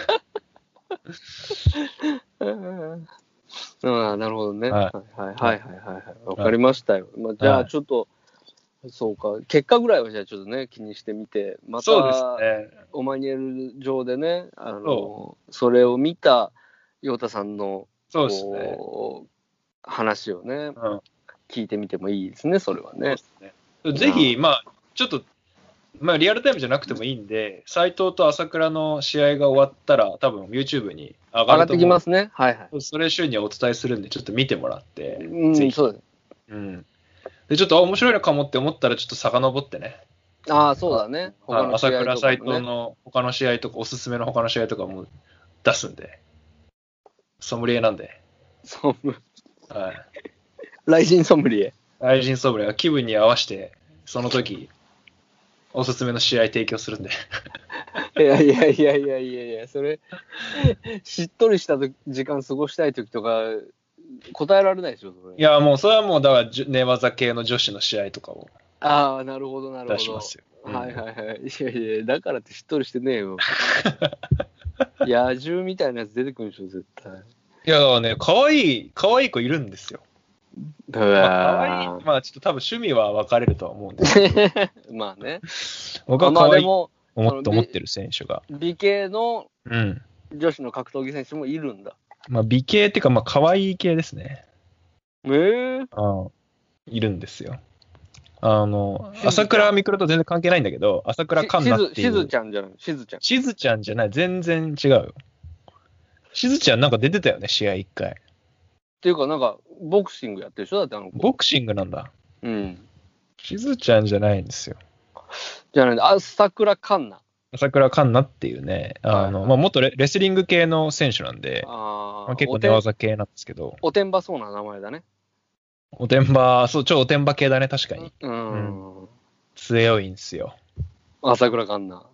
ああ、なるほどね。はいはいはいはいはい。わかりましたよ。まあ、じゃあちょっと、そうか、結果ぐらいはじゃあちょっとね、気にしてみて、また、ね、オマニエル上でね、あの、そ, それを見た陽太さんの、 そうですね。 話をね、うん、聞いてみてもいいですね、それはね。 ねぜひ、まあ、ちょっと、まあ、リアルタイムじゃなくてもいいんで、斉藤と朝倉の試合が終わったら、多分 YouTube に上がると思う。 上がってきますね。はいはい。 それ週にお伝えするんで、ちょっと見てもらって、 うん、ぜひ。そうです。 うん。で、ちょっと面白いのかもって思ったら、ちょっと遡ってね。 ああ、そうだね。 他の試合とかもね、朝倉斉藤の他の試合とか、おすすめの他の試合とかも出すんで。ソムリエなんで。 ソムはい。 雷神ソムリエ。 雷神ソムリエは気分に合わせて、その時、おすすめの試合提供するんで。 いやいやいやいやいやいや、それ、しっとりした時間過ごしたい時とか、答えられないでしょ、それ。 いや、もう、それはもう、だから、寝技系の女子の試合とかを。 ああ、なるほど、なるほど。 出しますよ。 うん、はいはいはい。いやいや、だからってしっとりしてねえよ。野獣みたいなやつ出てくるでしょ、絶対。 いや、だからね、可愛い、可愛い子いるんですよ。 うわまあ、可愛い、まあ、ちょっと多分趣味は分かれるとは思うんですけど。 まあね。 僕は可愛いと思ってる選手が。 美形の女子の格闘技選手もいるんだ。 うん、まあ、美形っていうか、まあ、可愛い系ですね。 えー、 あいるんですよ。あの、朝倉未来と全然関係ないんだけど、朝倉環奈っていう。 しずちゃんじゃないしずちゃん。 しずちゃんじゃない、全然違うよ。しずちゃんなんか出てたよね、試合一回。 っていうか、なんか、ボクシングやってるでしょだってあの子。 ボクシングなんだ。 うん。 しずちゃんじゃないんですよ。 じゃない、朝倉環奈。 朝倉環奈っていうね、あの、はい、まあ、元 レ, レスリング系の選手なんで、あまあ、結構寝技系なんですけど。 おてんばそうな名前だね。 おてんば、そう、超おてんば系だね、確かに。 うん。うん、 強いんすよ。 朝倉環奈。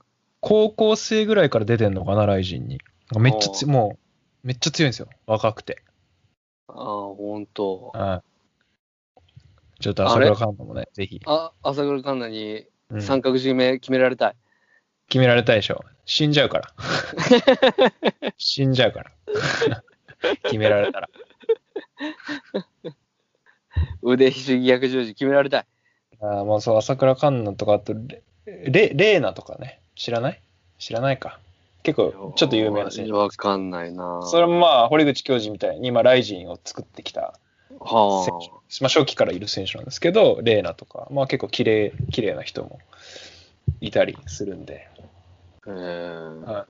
高校生ぐらいから出てんのかな、ライジンに。めっちゃつ、もう、めっちゃ強いんですよ。若くて。 ああ、ほんと。 はい。ちょっと朝倉環奈もね、ぜひ。 あ、朝倉環奈に三角締め決められたい。うん、 決められたいでしょ。死んじゃうから。死んじゃうから。決められたら。 腕ひしぎ逆十字決められたい。 ああ、もうそう、朝倉環奈とか、あと、レ、レーナとかね。知らない知らないか。結構、ちょっと有名な選手。 わかんないな。 それもまあ、堀口教授みたいに、今、ライジンを作ってきた選手。はあ、まあ、初期からいる選手なんですけど、レーナとか、まあ結構綺麗、綺麗な人もいたりするんで。 へはい、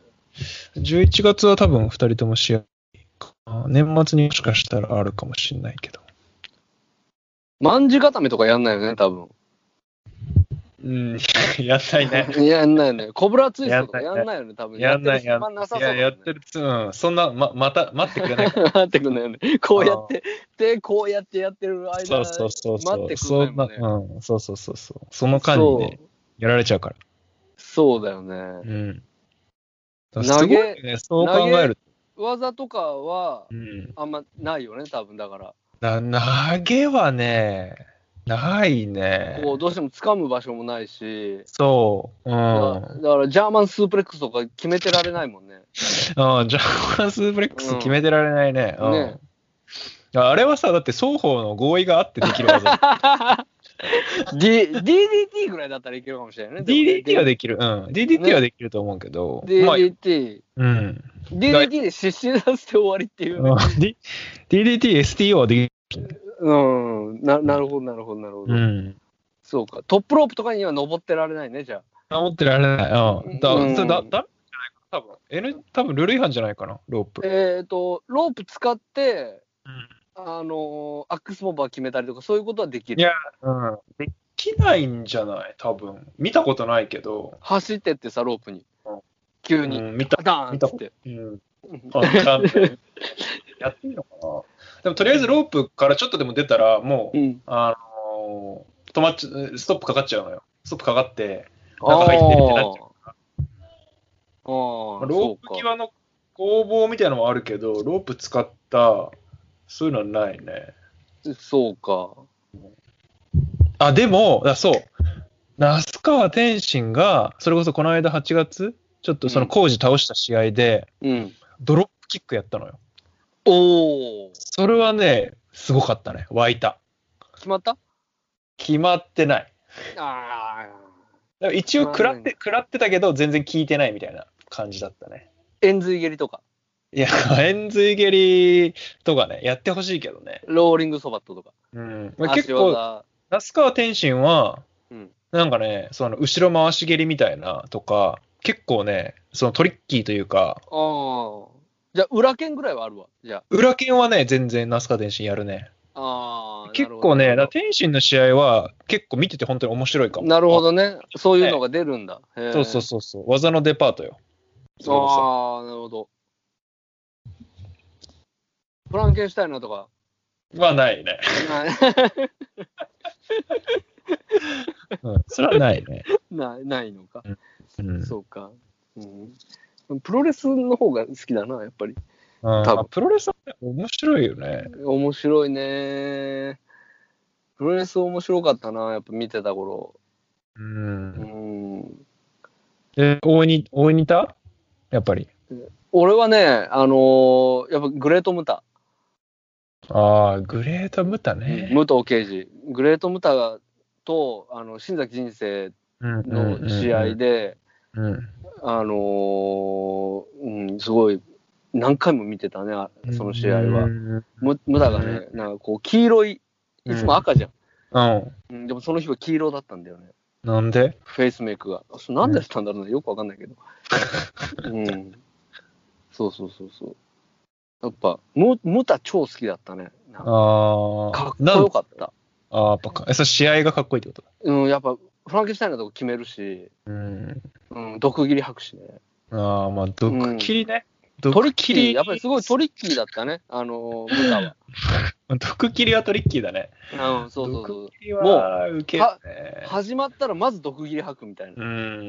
じゅういちがつは多分ふたりとも試合か、年末にもしかしたらあるかもしれないけど。 卍固めとかやんないよね、多分。 うん、やんないね。 やんないよね。コブラツイストとかやんないよね、多分。 やんない、やんない。いや、やってる、うん、そんな、ま、また、待ってくれないから。 待ってくれないよね。こうやって、で、こうやってやってる間、 そうそうそうそう。 待ってくれないもんね。 うん、そうそうそうそう。その間にね、やられちゃうから。 そうだよね。 うん。投げ、ね、そう考えると。技とかは、あんまないよね、多分だから。 投げはね、ないね。 こうどうしても掴む場所もないし。 そう。うん。 だ, だからジャーマンスープレックスとか決めてられないもんね。 うん、ジャーマンスープレックス決めてられないね。うん。ね、あれはさ、だって双方の合意があってできる技。 D、ディーディーティー ぐらいだったらいけるかもしれないね。 ディーディーティー はできる。うん。ディーディーティー はできると思うけど。 ディーディーティー。 まあ、うん。 ディーディーティー で失神させて終わりっていう、ね。 ディーディーティー、エスティーオー はできる。 うん。な、なるほど、なるほど、なるほど。うん。そうか。トップロープとかには登ってられないね、じゃあ。登ってられない。うん。だ、うん、それだ、だ、じゃないか多分。N、多分ルール違反じゃないかな、ロープ。 えっと、ロープ使って、うん、あの、アックスモーバー決めたりとか、そういうことはできる。 いや、うん。できないんじゃない多分。見たことないけど。 走ってってさ、ロープに。うん、急に。 うん、見た。 ダーンっつって。 うん。わかんない。やっていいのかなでもとりあえずロープからちょっとでも出たら、もう、うん、あのー、止まっちゃ、ストップかかっちゃうのよ。ストップかかって、中入ってるってなっちゃうから。ああ、ロープ際の攻防みたいなのもあるけど、ロープ使った、そういうのはないね。 そうか。 あ、でも、あそう。那須川天心が、それこそこの間はちがつ、ちょっとその工事倒した試合で、うん、ドロップキックやったのよ。 おお。 それはね、すごかったね。湧いた。 決まった？ 決まってない。 ああ。一応食らって、食らってたけど、全然効いてないみたいな感じだったね。 円髄蹴りとか。 いや、円髄蹴りとかね、やってほしいけどね。 ローリングソバットとか。 うん。まあ、結構、那須川天心は、うん、なんかね、その後ろ回し蹴りみたいなとか、結構ね、そのトリッキーというか。 ああ。じゃあ、裏剣ぐらいはあるわ。じゃあ。 裏剣はね、全然那須川天心やるね。 ああ。 結構ね、天心の試合は結構見てて本当に面白いかも。 なるほどね。そういうのが出るんだ。 ね、そうそうそうそう。技のデパートよ。 ああ、なるほど。フランケンシュタイナーとかはないね。ない。うん、それはないね。 なないのか。うん、そうか、うん。プロレスの方が好きだな、やっぱり。 多分プロレスは面白いよね。 面白いね。プロレス面白かったな、やっぱ見てた頃。 うん。うん。え、応援に、応援にいた？やっぱり。 俺はね、あのー、やっぱグレートムタ。 ああ、グレートムタね。 武藤敬司。グレートムタと、あの、新崎人生の試合で、あのー、うん、すごい、何回も見てたね、その試合は。ムタがね、なんかこう、黄色い、いつも赤じゃん。うんうん、でもその日は黄色だったんだよね。 なんで？ フェイスメイクが。それなんでだったんだろうね、よくわかんないけど。うん。そうそうそうそう。やっぱ、ム、ムタ超好きだったね。ああ。かっこよかった。 ああ、やっぱか、え、それ試合がかっこいいってこと？ うん、やっぱ、フランケンシュタインのとこ決めるし、うん。うん、毒斬り吐くしね。 ああ、まあ、毒斬りね。 うん、トリッキー、やっぱりすごいトリッキーだったね、あの、ムタは。 毒切りはトリッキーだね。 うん、そうそうそう。 毒切りは受けるね。 始まったらまず毒切り吐くみたいな。 うん。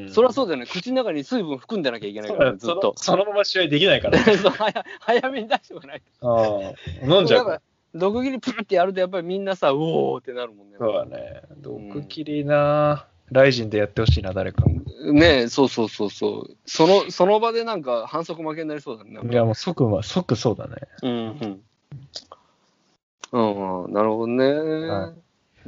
そりゃそうだよね。口の中に水分含んでなきゃいけないから、ね、ずっとその。そのまま試合できないからね。そう早、早めに出しておかないと。 ああ。飲んじゃう。 毒切りプルってやるとやっぱりみんなさ、うおーってなるもんね。 そうだね。毒切りな、うん、ライジンでやってほしいな、誰か。 ねえ、そうそうそうそう。その、その場でなんか反則負けになりそうだね。 いや、もう即は、即そうだね。 うん、うん。うん、なるほどね。はい、うん。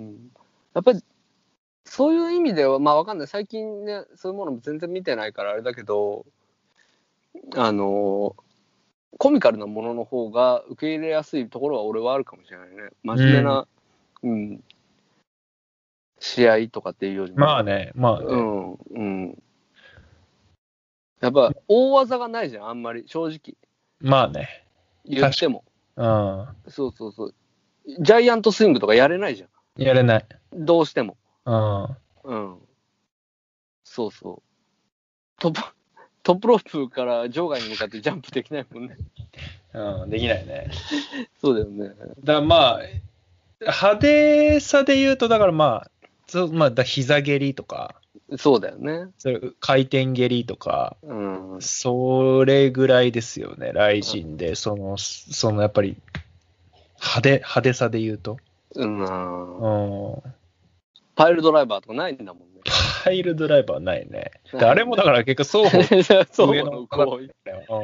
やっぱり、そういう意味では、まあわかんない。最近ね、そういうものも全然見てないからあれだけど、あの、コミカルなものの方が受け入れやすいところは俺はあるかもしれないね。真面目な、うん、うん、試合とかっていうよりも。 まあね、まあね。 うん、うん。やっぱ大技がないじゃん、あんまり、正直。 まあね。 言っても。 うん。 そうそうそう。ジャイアントスイングとかやれないじゃん。 やれない。 どうしても。 うん。 うん。そうそう。トップ、トップロープから場外に向かってジャンプできないもんね。 うん、できないね。 そうだよね。 だまあ、派手さで言うと、だからまあ、そまあ、だ膝蹴りとか。 そうだよね。 それ回転蹴りとか、 うん、 それぐらいですよね、ライジンで、その、そのやっぱり、派手、派手さで言うと。 うん。 うん。 パイルドライバーとかないんだもんね。 パイルドライバーないね。誰もだから結構双方、上のこう。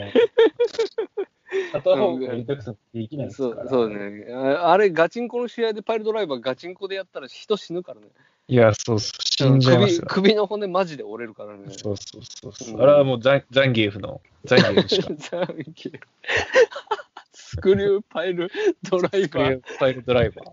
片方がリタクスできないですから。 そうね。あれ、ガチンコの試合でパイルドライバーガチンコでやったら人死ぬからね。 いや、そうそう、死んじゃいますよ。 首、首の骨マジで折れるからね。 そうそうそうそう、うん。あれはもうザン、ザンギエフの、ザンギエフしか。 ザンギエフ。スクリューパイルドライバー。スクリューパイルドライバー。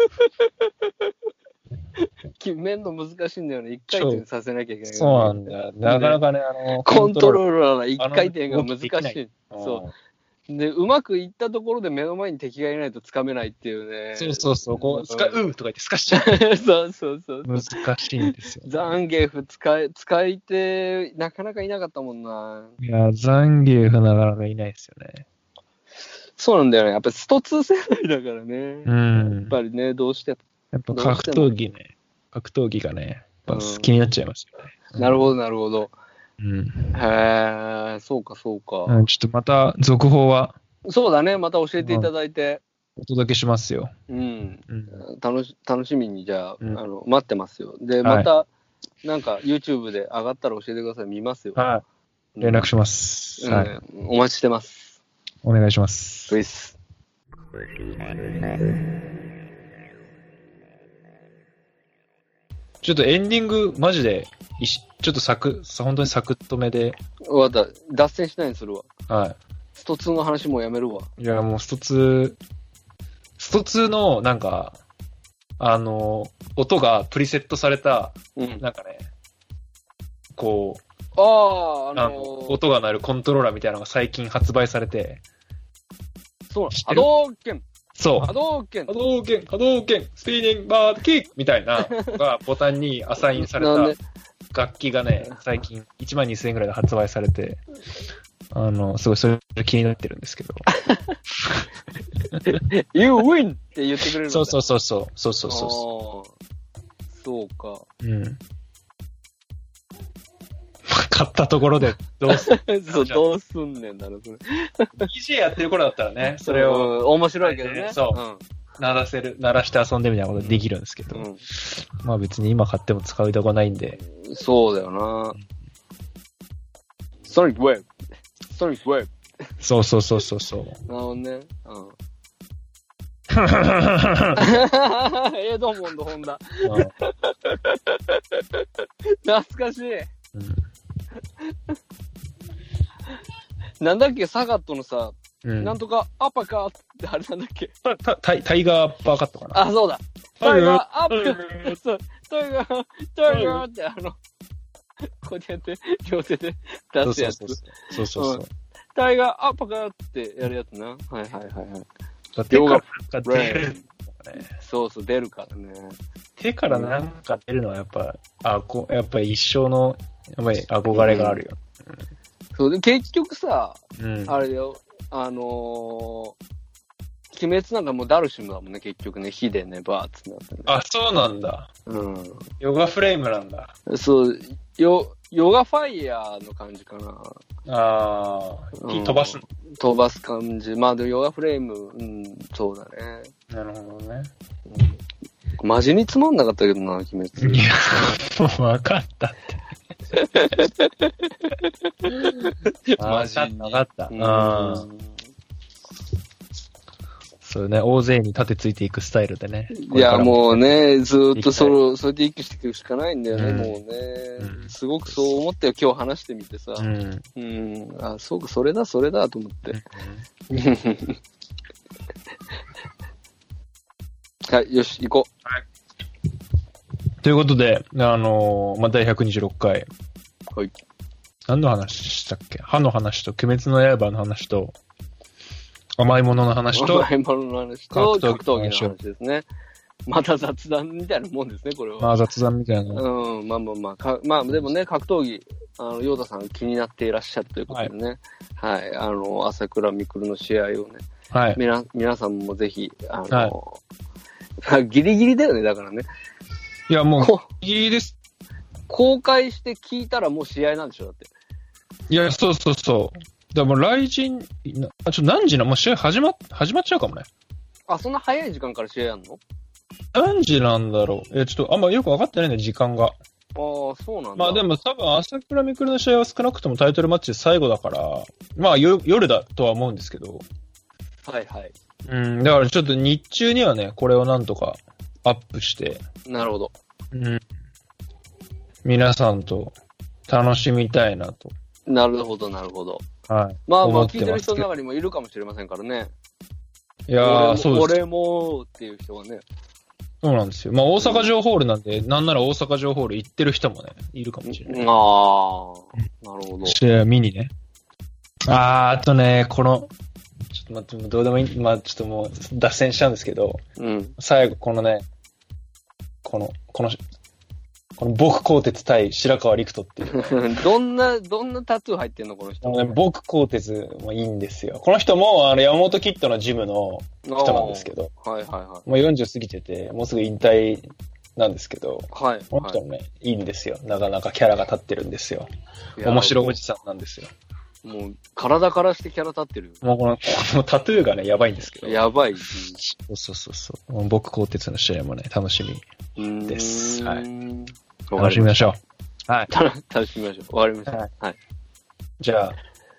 決めんの難しいんだよね。一回転させなきゃいけない、ね。 そうなんだよ。なかなかね、あの、 コントローラーの一回転が難しい。そう。で、うまくいったところで目の前に敵がいないとつかめないっていうね。 そうそうそう。こう、スカ、うーとか言ってスカしちゃう。 そうそうそう。 難しいんですよ、ね。 ザンギエフ使い、使い手、なかなかいなかったもんな。 いや、ザンギエフなかなかいないですよね。 そうなんだよね。やっぱりストツー世代だからね。 うん。 やっぱりね、どうしても。 やっぱ格闘技ね。格闘技がね、やっぱ好きになっちゃいますよね。 うん、なるほど、なるほど。 うん。 へえ、そうか、そうか。 うん、ちょっとまた続報は。 そうだね、また教えていただいて。 お届けしますよ。 うん。うん、楽し、楽しみに、じゃあ、うん、あの、待ってますよ。で、 はい、 また、なんか YouTube で上がったら教えてください。見ますよ。 はい。連絡します。 うん、はい。お待ちしてます。 お願いします。 ウィス。 ちょっとエンディング、マジで、ちょっとサク、本当にサクッとめで。 わかった。脱線しないようにするわ。 はい。 ストツーの話もうやめるわ。 いや、もうストツー、ストツーの、なんか、あの、音がプリセットされた、うん、なんかね、こう、 ああ、あのー、 あの音が鳴るコントローラーみたいなのが最近発売されて。 そうなの。波動拳。 そう。 波動拳。 波動拳、波動拳、スピーディングバーキックみたいなのがボタンにアサインされた楽器がね、最近いちまんにせんえんぐらいで発売されて、あの、すごいそれ気になってるんですけど。 You win! って言ってくれるの。 そうそうそうそう。そうそうそうそう。そうか。 うん。買ったところでどうすんそう、どうすんねんだろ、それ。 ディージェー やってる頃だったらね、それを。 面白いけどね。 そう。うん、鳴らせる、鳴らして遊んでみたいなことできるんですけど。うん、まあ別に今買っても使うとこないんで。 そうだよな。ソニックウェブ。ソニックウェブ。そうそうそうそうそう。 なるほどね。うん。エドモンド・ホンダ。懐かしい。うんなんだっけ、サガットのさ、うん、なんとかアッパーカーってあれなんだっけタ, タ, タイガーアッパーカットかなあ、そうだ。タイガーアッパーそう、タイガー、タイガーってあの、こうやって、両手で出すやつ。そうそうそう。うん、 タイガーアッパーカーってやるやつな。はいはいはいはい。 手から出る、ね。 そうそう、出るからね。 手からなんか出るのはやっぱ、あこやっぱり一生の、やっぱり憧れがあるよ。うんうんそうで結局さ、うん、あれよ、あのー、 鬼滅なんかもうダルシムだもんね、結局ね。火でね、バーッつってなってね。 あ、そうなんだ。 うん。 ヨガフレームなんだ。 そう、ヨ、ヨガファイヤーの感じかな。 ああ、火飛ばすの、 うん、飛ばす感じ。まあでもヨガフレーム、うん、そうだね。 なるほどね。 うん、マジにつまんなかったけどな、鬼滅。 いや、もう分かったって。マジに。分かった。うん。そうね、大勢に立てついていくスタイルでね。 いや、もうね、ずーっとそれ、それで息していくしかないんだよね、うん、もうね、うん。すごくそう思ってよ、今日話してみてさ。うん。うん。あ、そうか、それだ、それだ、と思って。うん、はい、よし、行こう。はい。 ということで、あのー、まあ、だいひゃくにじゅうろっかい。 はい。 何の話したっけ？歯の話と、鬼滅の刃の話と、甘いものの話と、 甘いものの話と、格闘技の話ですね。また雑談みたいなもんですね、これは。 まあ雑談みたいな。 うん、まあまあまあ、かまあでもね、格闘技、あの、ヨーダさん気になっていらっしゃるということでね。はい。はい、あの、朝倉未来の試合をね。はい。みな、皆さんもぜひ、あの、はい、ギリギリだよね、だからね。 いや、もう、ギリギリです。 公開して聞いたらもう試合なんでしょ、だって。 いや、そうそうそう。だからもう来陣、あ、ちょっと何時な、もう試合始まっ、始まっちゃうかもね。 あ、そんな早い時間から試合やんの？ 何時なんだろう。え、ちょっとあんまよく分かってないんだよ、時間が。ああ、 そうなんだ。 まあでも多分、朝倉未来の試合は少なくともタイトルマッチで最後だから、まあよ夜だとは思うんですけど。 はいはい。 うん、だからちょっと日中にはね、これをなんとかアップして。 なるほど。 うん。皆さんと楽しみたいなと。 なるほど、なるほど。 はい。 まあまあ、聞いてる人の中にもいるかもしれませんからね。 いやー、そうです。 俺もっていう人がね。 そうなんですよ。まあ、大阪城ホールなんで、なんなら大阪城ホール行ってる人もね、いるかもしれない。 ああ、なるほど。 試合見にね。あー、あとね、この、ちょっと待って、どうでもいい、まあ、ちょっともう、脱線しちゃうんですけど、うん。最後、このね、この、この、この僕鋼鉄対白川陸斗っていう。 どんな、どんなタトゥー入ってんのこの人。 ね、僕鋼鉄もいいんですよ。この人も、あの、山本キッドのジムの人なんですけど。はいはいはい。もうよんじゅう過ぎてて、もうすぐ引退なんですけど。はい、はい。この人もね、いいんですよ。なかなかキャラが立ってるんですよ。面白おじさんなんですよ。 もう、体からしてキャラ立ってる。 もうこの、このタトゥーがね、やばいんですけど。 やばい。 そうそうそうそう。僕鋼鉄の試合もね、楽しみです。はい。楽しみましょう。はい。 楽しみましょう。わかりました。はい。はい、 じゃあ、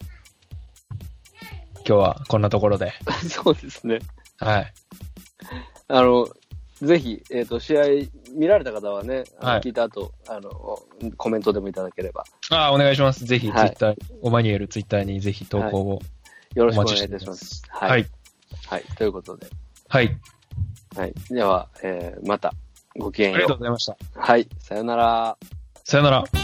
今日はこんなところで。 そうですね。 はい。 あの、ぜひ、えっ、ー、と、試合見られた方はね、はい、聞いた後、あの、コメントでもいただければ。 ああ、お願いします。ぜひ、ツイッター、はい、オマニュエルツイッターにぜひ投稿を、はい、 よろしくお願いいたします。はい。はい。はい、ということで。 はい。 はい。では、えー、また、ごきげんよう。 ありがとうございました。 はい。さよなら。 さよなら。